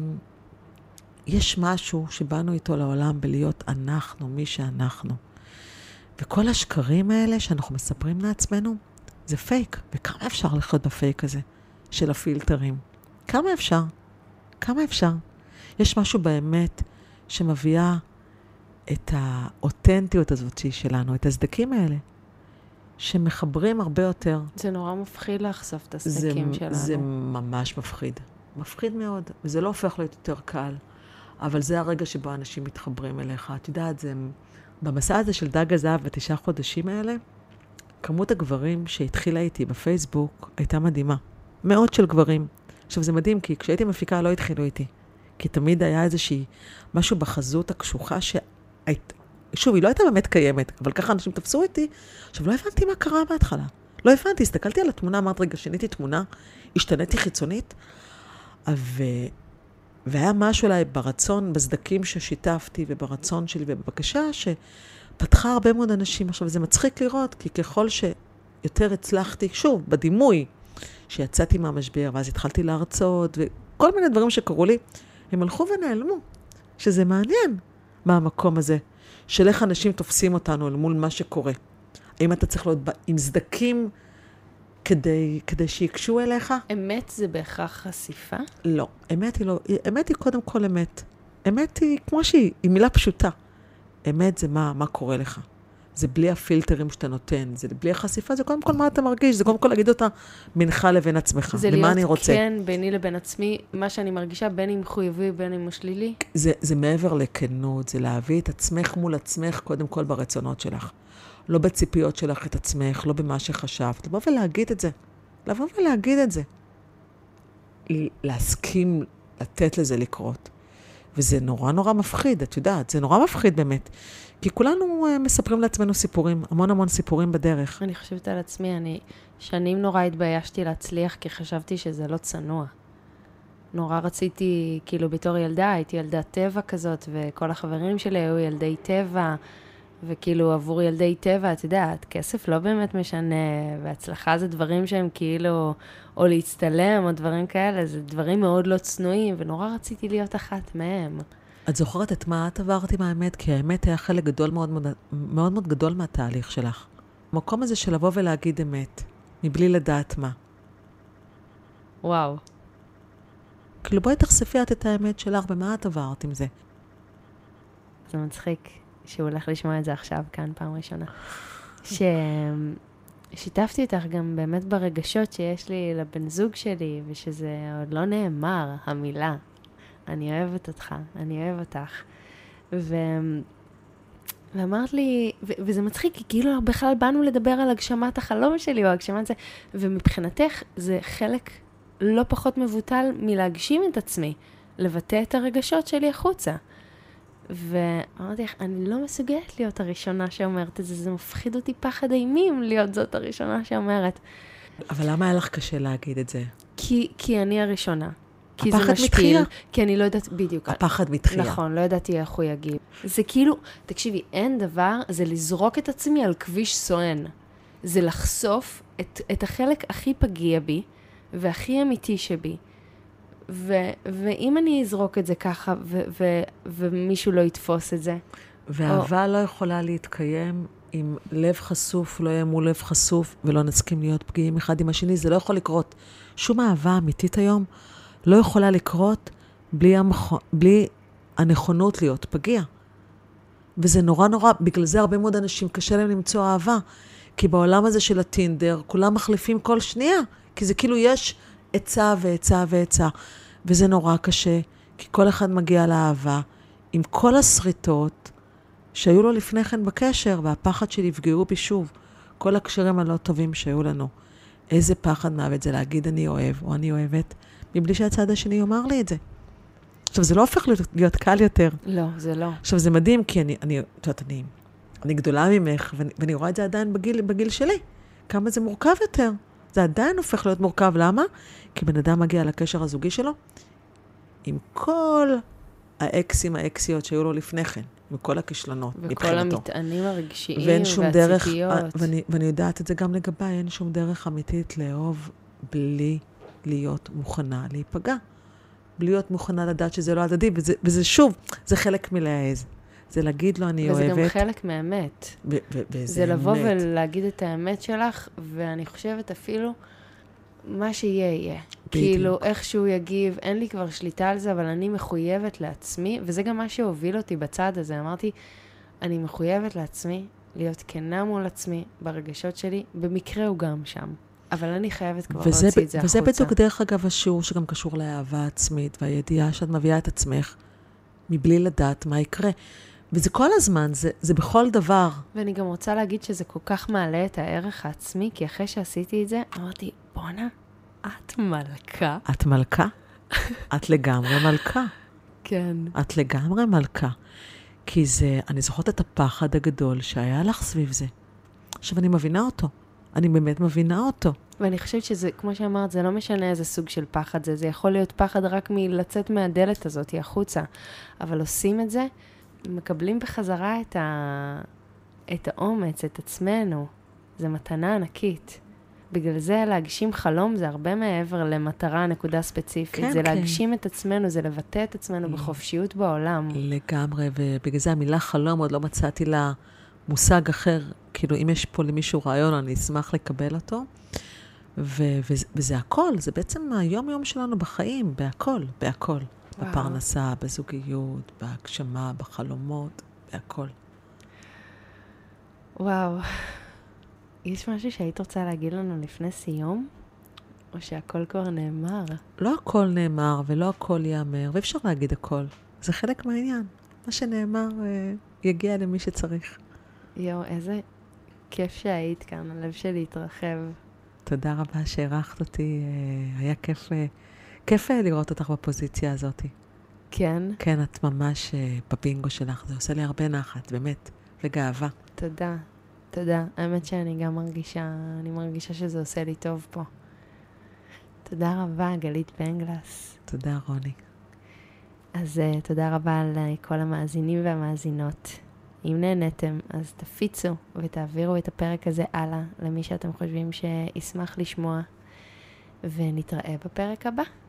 יש משהו שבאנו איתו לעולם בלהיות אנחנו, מי שאנחנו. וכל השקרים האלה שאנחנו מספרים לעצמנו, זה פייק. וכמה אפשר לחיות בפייק הזה של הפילטרים? כמה אפשר? כמה אפשר? יש משהו באמת שמביאה את האותנטיות הזאת שלנו, את הסדקים האלה, שמחברים הרבה יותר. זה נורא מפחיד לחשוף את הסדקים שלנו. זה ממש מפחיד. מפחיד מאוד. וזה לא הופך להיות יותר קל. אבל זה הרגע שבו אנשים מתחברים אליך. את יודעת, זה, במסע הזה של דג הזהב ב9 חודשים האלה, כמות הגברים שהתחילה איתי בפייסבוק הייתה מדהימה. מאות של גברים. עכשיו, זה מדהים, כי כשהייתי מפיקה לא התחילו איתי. כי תמיד היה איזושהי משהו בחזות הקשוחה שוב, היא לא הייתה באמת קיימת, אבל ככה אנשים תפסו איתי. עכשיו, לא הבנתי מה קרה בהתחלה. לא הבנתי, הסתכלתי על התמונה, אמרת רגע, שיניתי תמונה, השתניתי חיצונית, והיה משהו אליי ברצון, בסדקים ששיתפתי וברצון שלי ובבקשה, שפתחה הרבה מאוד אנשים. עכשיו, זה מצחיק לראות, כי ככל שיותר הצלחתי, שוב, בדימוי, שיצאתי מהמשבר, ואז התחלתי להרצות, וכל מיני דברים שקרו לי, הם הלכו ונעלמו. שזה מעניין מה המקום הזה, של איך אנשים תופסים אותנו אל מול מה שקורה. האם אתה צריך להיות עם סדקים כדי שיקשו אליך? אמת זה בהכרח חשיפה? לא, אמת היא לא, אמת היא קודם כל אמת. אמת היא כמו שהיא, היא מילה פשוטה. אמת זה מה קורה לך. זה בלי הפילטרים שאתה נותן, זה בלי החשיפה, זה קודם כל מה אתה מרגיש, זה קודם כל להגיד אותה בינך לבין עצמך, למה אני רוצה. זה להיות כן ביני לבין עצמי, מה שאני מרגישה, בין אם חיובי, בין אם שלילי. זה מעבר לכנות, זה להביא את עצמך מול עצמך, קודם כל ברצונות שלך. לא בציפיות שלך את עצמך, לא במה שחשבת. לבוא ולהגיד את זה. לבוא ולהגיד את זה. להסכים לתת לזה לקרות. וזה נורא נורא מפחיד, את יודעת, זה נורא מפחיד באמת. כי כולנו מספרים לעצמנו סיפורים, המון המון סיפורים בדרך. אני חושבת על עצמי, אני שנים נורא התביישתי להצליח, כי חשבתי שזה לא צנוע. נורא רציתי, כאילו בתור ילדה, הייתי ילדת טבע כזאת, וכל החברים שלי היו ילדי טבע, וכאילו עבור ילדי טבע, את יודעת, כסף לא באמת משנה, והצלחה זה דברים שהם כאילו, או להצטלם, או דברים כאלה, זה דברים מאוד לא צנועים, ונורא רציתי להיות אחת מהם. את זוכרת את מה את עברת עם האמת? כי האמת היה חלק גדול מאוד מאוד, מאוד גדול מהתהליך שלך. המקום הזה של לבוא ולהגיד אמת, מבלי לדעת מה. וואו. כאילו בואי תחשפי את האמת שלך, ומה את עברת עם זה? זה מצחיק שהוא הולך לשמוע את זה עכשיו, כאן פעם ראשונה. שיתפתי אותך גם באמת ברגשות שיש לי לבן זוג שלי, ושזה עוד לא נאמר, המילה. אני אוהבת אותך, אני אוהב אותך. ואמרת לי, וזה מצחיק, כי כאילו בכלל באנו לדבר על הגשמת החלום שלי, או הגשמת זה, ומבחינתך זה חלק לא פחות מבוטל מלהגשים את עצמי, לבטא את הרגשות שלי החוצה. ואמרתי לך, אני לא מסוגלת להיות הראשונה שאומרת את זה, זה מפחיד אותי פחד אימים להיות זאת הראשונה שאומרת. אבל למה היה לך קשה להגיד את זה? כי אני הראשונה. כי זה הפחד משפיל, מתחילה? כי אני לא יודעת, בדיוק. הפחד מתחילה. נכון, לא ידעתי איך הוא יגיב. זה כאילו, תקשיבי, אין דבר, זה לזרוק את עצמי על כביש סואן. זה לחשוף את החלק הכי פגיע בי, והכי אמיתי שבי. ואם אני אזרוק את זה ככה, ומישהו לא יתפוס את זה. ואהבה לא יכולה להתקיים אם לב חשוף, לא יהיה מול לב חשוף, ולא נסכים להיות פגיעים אחד עם השני, זה לא יכול לקרות. שום אהבה אמיתית היום לא יכולה לקרות בלי הנכונות להיות פגיע. וזה נורא נורא, בגלל זה הרבה מאוד אנשים קשה להם למצוא אהבה, כי בעולם הזה של הטינדר, כולם מחליפים כל שנייה, כי זה כאילו יש עצה ועצה ועצה, וזה נורא קשה, כי כל אחד מגיע לאהבה, עם כל הסריטות שהיו לו לפני כן בקשר, והפחד שלי יפגעו בי שוב, כל הקשרים הלא טובים שהיו לנו. איזה פחד מוות זה להגיד אני אוהב או אני אוהבת, מבלי שהצד השני יאמר לי את זה. עכשיו, זה לא הופך להיות קל יותר. לא, זה לא. עכשיו, זה מדהים, כי אני גדולה ממך, ואני רואה את זה עדיין בגיל שלי. כמה זה מורכב יותר. זה עדיין הופך להיות מורכב. למה? כי בן אדם מגיע לקשר הזוגי שלו, עם כל האקסיות שהיו לו לפני כן, עם כל הכישלונות מבחינתו. וכל המטענים הרגשיים ואין שום דרך, והציפיות. ואני יודעת את זה גם לגביי, אין שום דרך אמיתית לאהוב בלי להיות מוכנה להיפגע. בלי להיות מוכנה לדעת שזה לא הדדי, וזה שוב, זה חלק מלהעז. זה להגיד לו אני אוהבת. וזה גם חלק מהאמת. זה לבוא ולהגיד את האמת שלך, ואני חושבת אפילו מה שיהיה יהיה. כאילו איך שהוא יגיב, אין לי כבר שליטה על זה, אבל אני מחויבת לעצמי, וזה גם מה שהוביל אותי בצד הזה. אמרתי, אני מחויבת לעצמי, להיות כנה מול עצמי ברגשות שלי, במקרה הוא גם שם. אבל אני חייבת כבר להוציא את זה החוצה. וזה בדיוק דרך אגב השיעור שגם קשור לאהבה עצמית, והידיעה שאת מביאה את עצמך, מבלי לדעת מה יקרה. וזה כל הזמן, זה בכל דבר. ואני גם רוצה להגיד שזה כל כך מעלה את הערך העצמי, כי אחרי שעשיתי את זה, אמרתי, בונה, את מלכה. את מלכה? את לגמרי מלכה. כן. את לגמרי מלכה. כי זה, אני זוכרת את הפחד הגדול שהיה לך סביב זה. עכשיו אני מבינה אותו. אני באמת מבינה אותו. ואני חושבת שזה, כמו שאמרת, זה לא משנה איזה סוג של פחד זה. זה יכול להיות פחד רק מלצאת מהדלת הזאת, החוצה. אבל עושים את זה, מקבלים בחזרה את האומץ, את עצמנו. זה מתנה ענקית. בגלל זה להגשים חלום זה הרבה מעבר למטרה, נקודה ספציפית. כן, זה כן. להגשים את עצמנו, זה לבטא את עצמנו בחופשיות בעולם. לגמרי, ובגלל זה המילה חלום עוד לא מצאתי לה מושג אחר. כאילו, אם יש פה למישהו רעיון, אני אשמח לקבל אותו. וזה הכל, זה בעצם היום-יום שלנו בחיים, בהכל. בפרנסה, בזוגיות, בהגשמה, בחלומות, בהכל. וואו. יש משהו שהיית רוצה להגיד לנו לפני סיום? או שהכל כבר נאמר? לא הכל נאמר ולא הכל ייאמר, ואפשר להגיד הכל. זה חלק מהעניין. מה שנאמר יגיע למי שצריך. יואו, איזה כיף שהיית כאן, הלב שלי התרחב. תודה רבה שהערכת אותי, היה כיף לראות אותך בפוזיציה הזאת. כן? כן, את ממש בבינגו שלך, זה עושה לי הרבה נחת, באמת, וגאווה. תודה, תודה. האמת שאני גם מרגישה שזה עושה לי טוב פה. תודה רבה, גלית בנגלס. תודה, רוני. אז תודה רבה לכל המאזינים והמאזינות. אם נהנתם, אז תפיצו ותעבירו את הפרק הזה הלאה למי שאתם חושבים שישמח לשמוע, ונתראה בפרק הבא.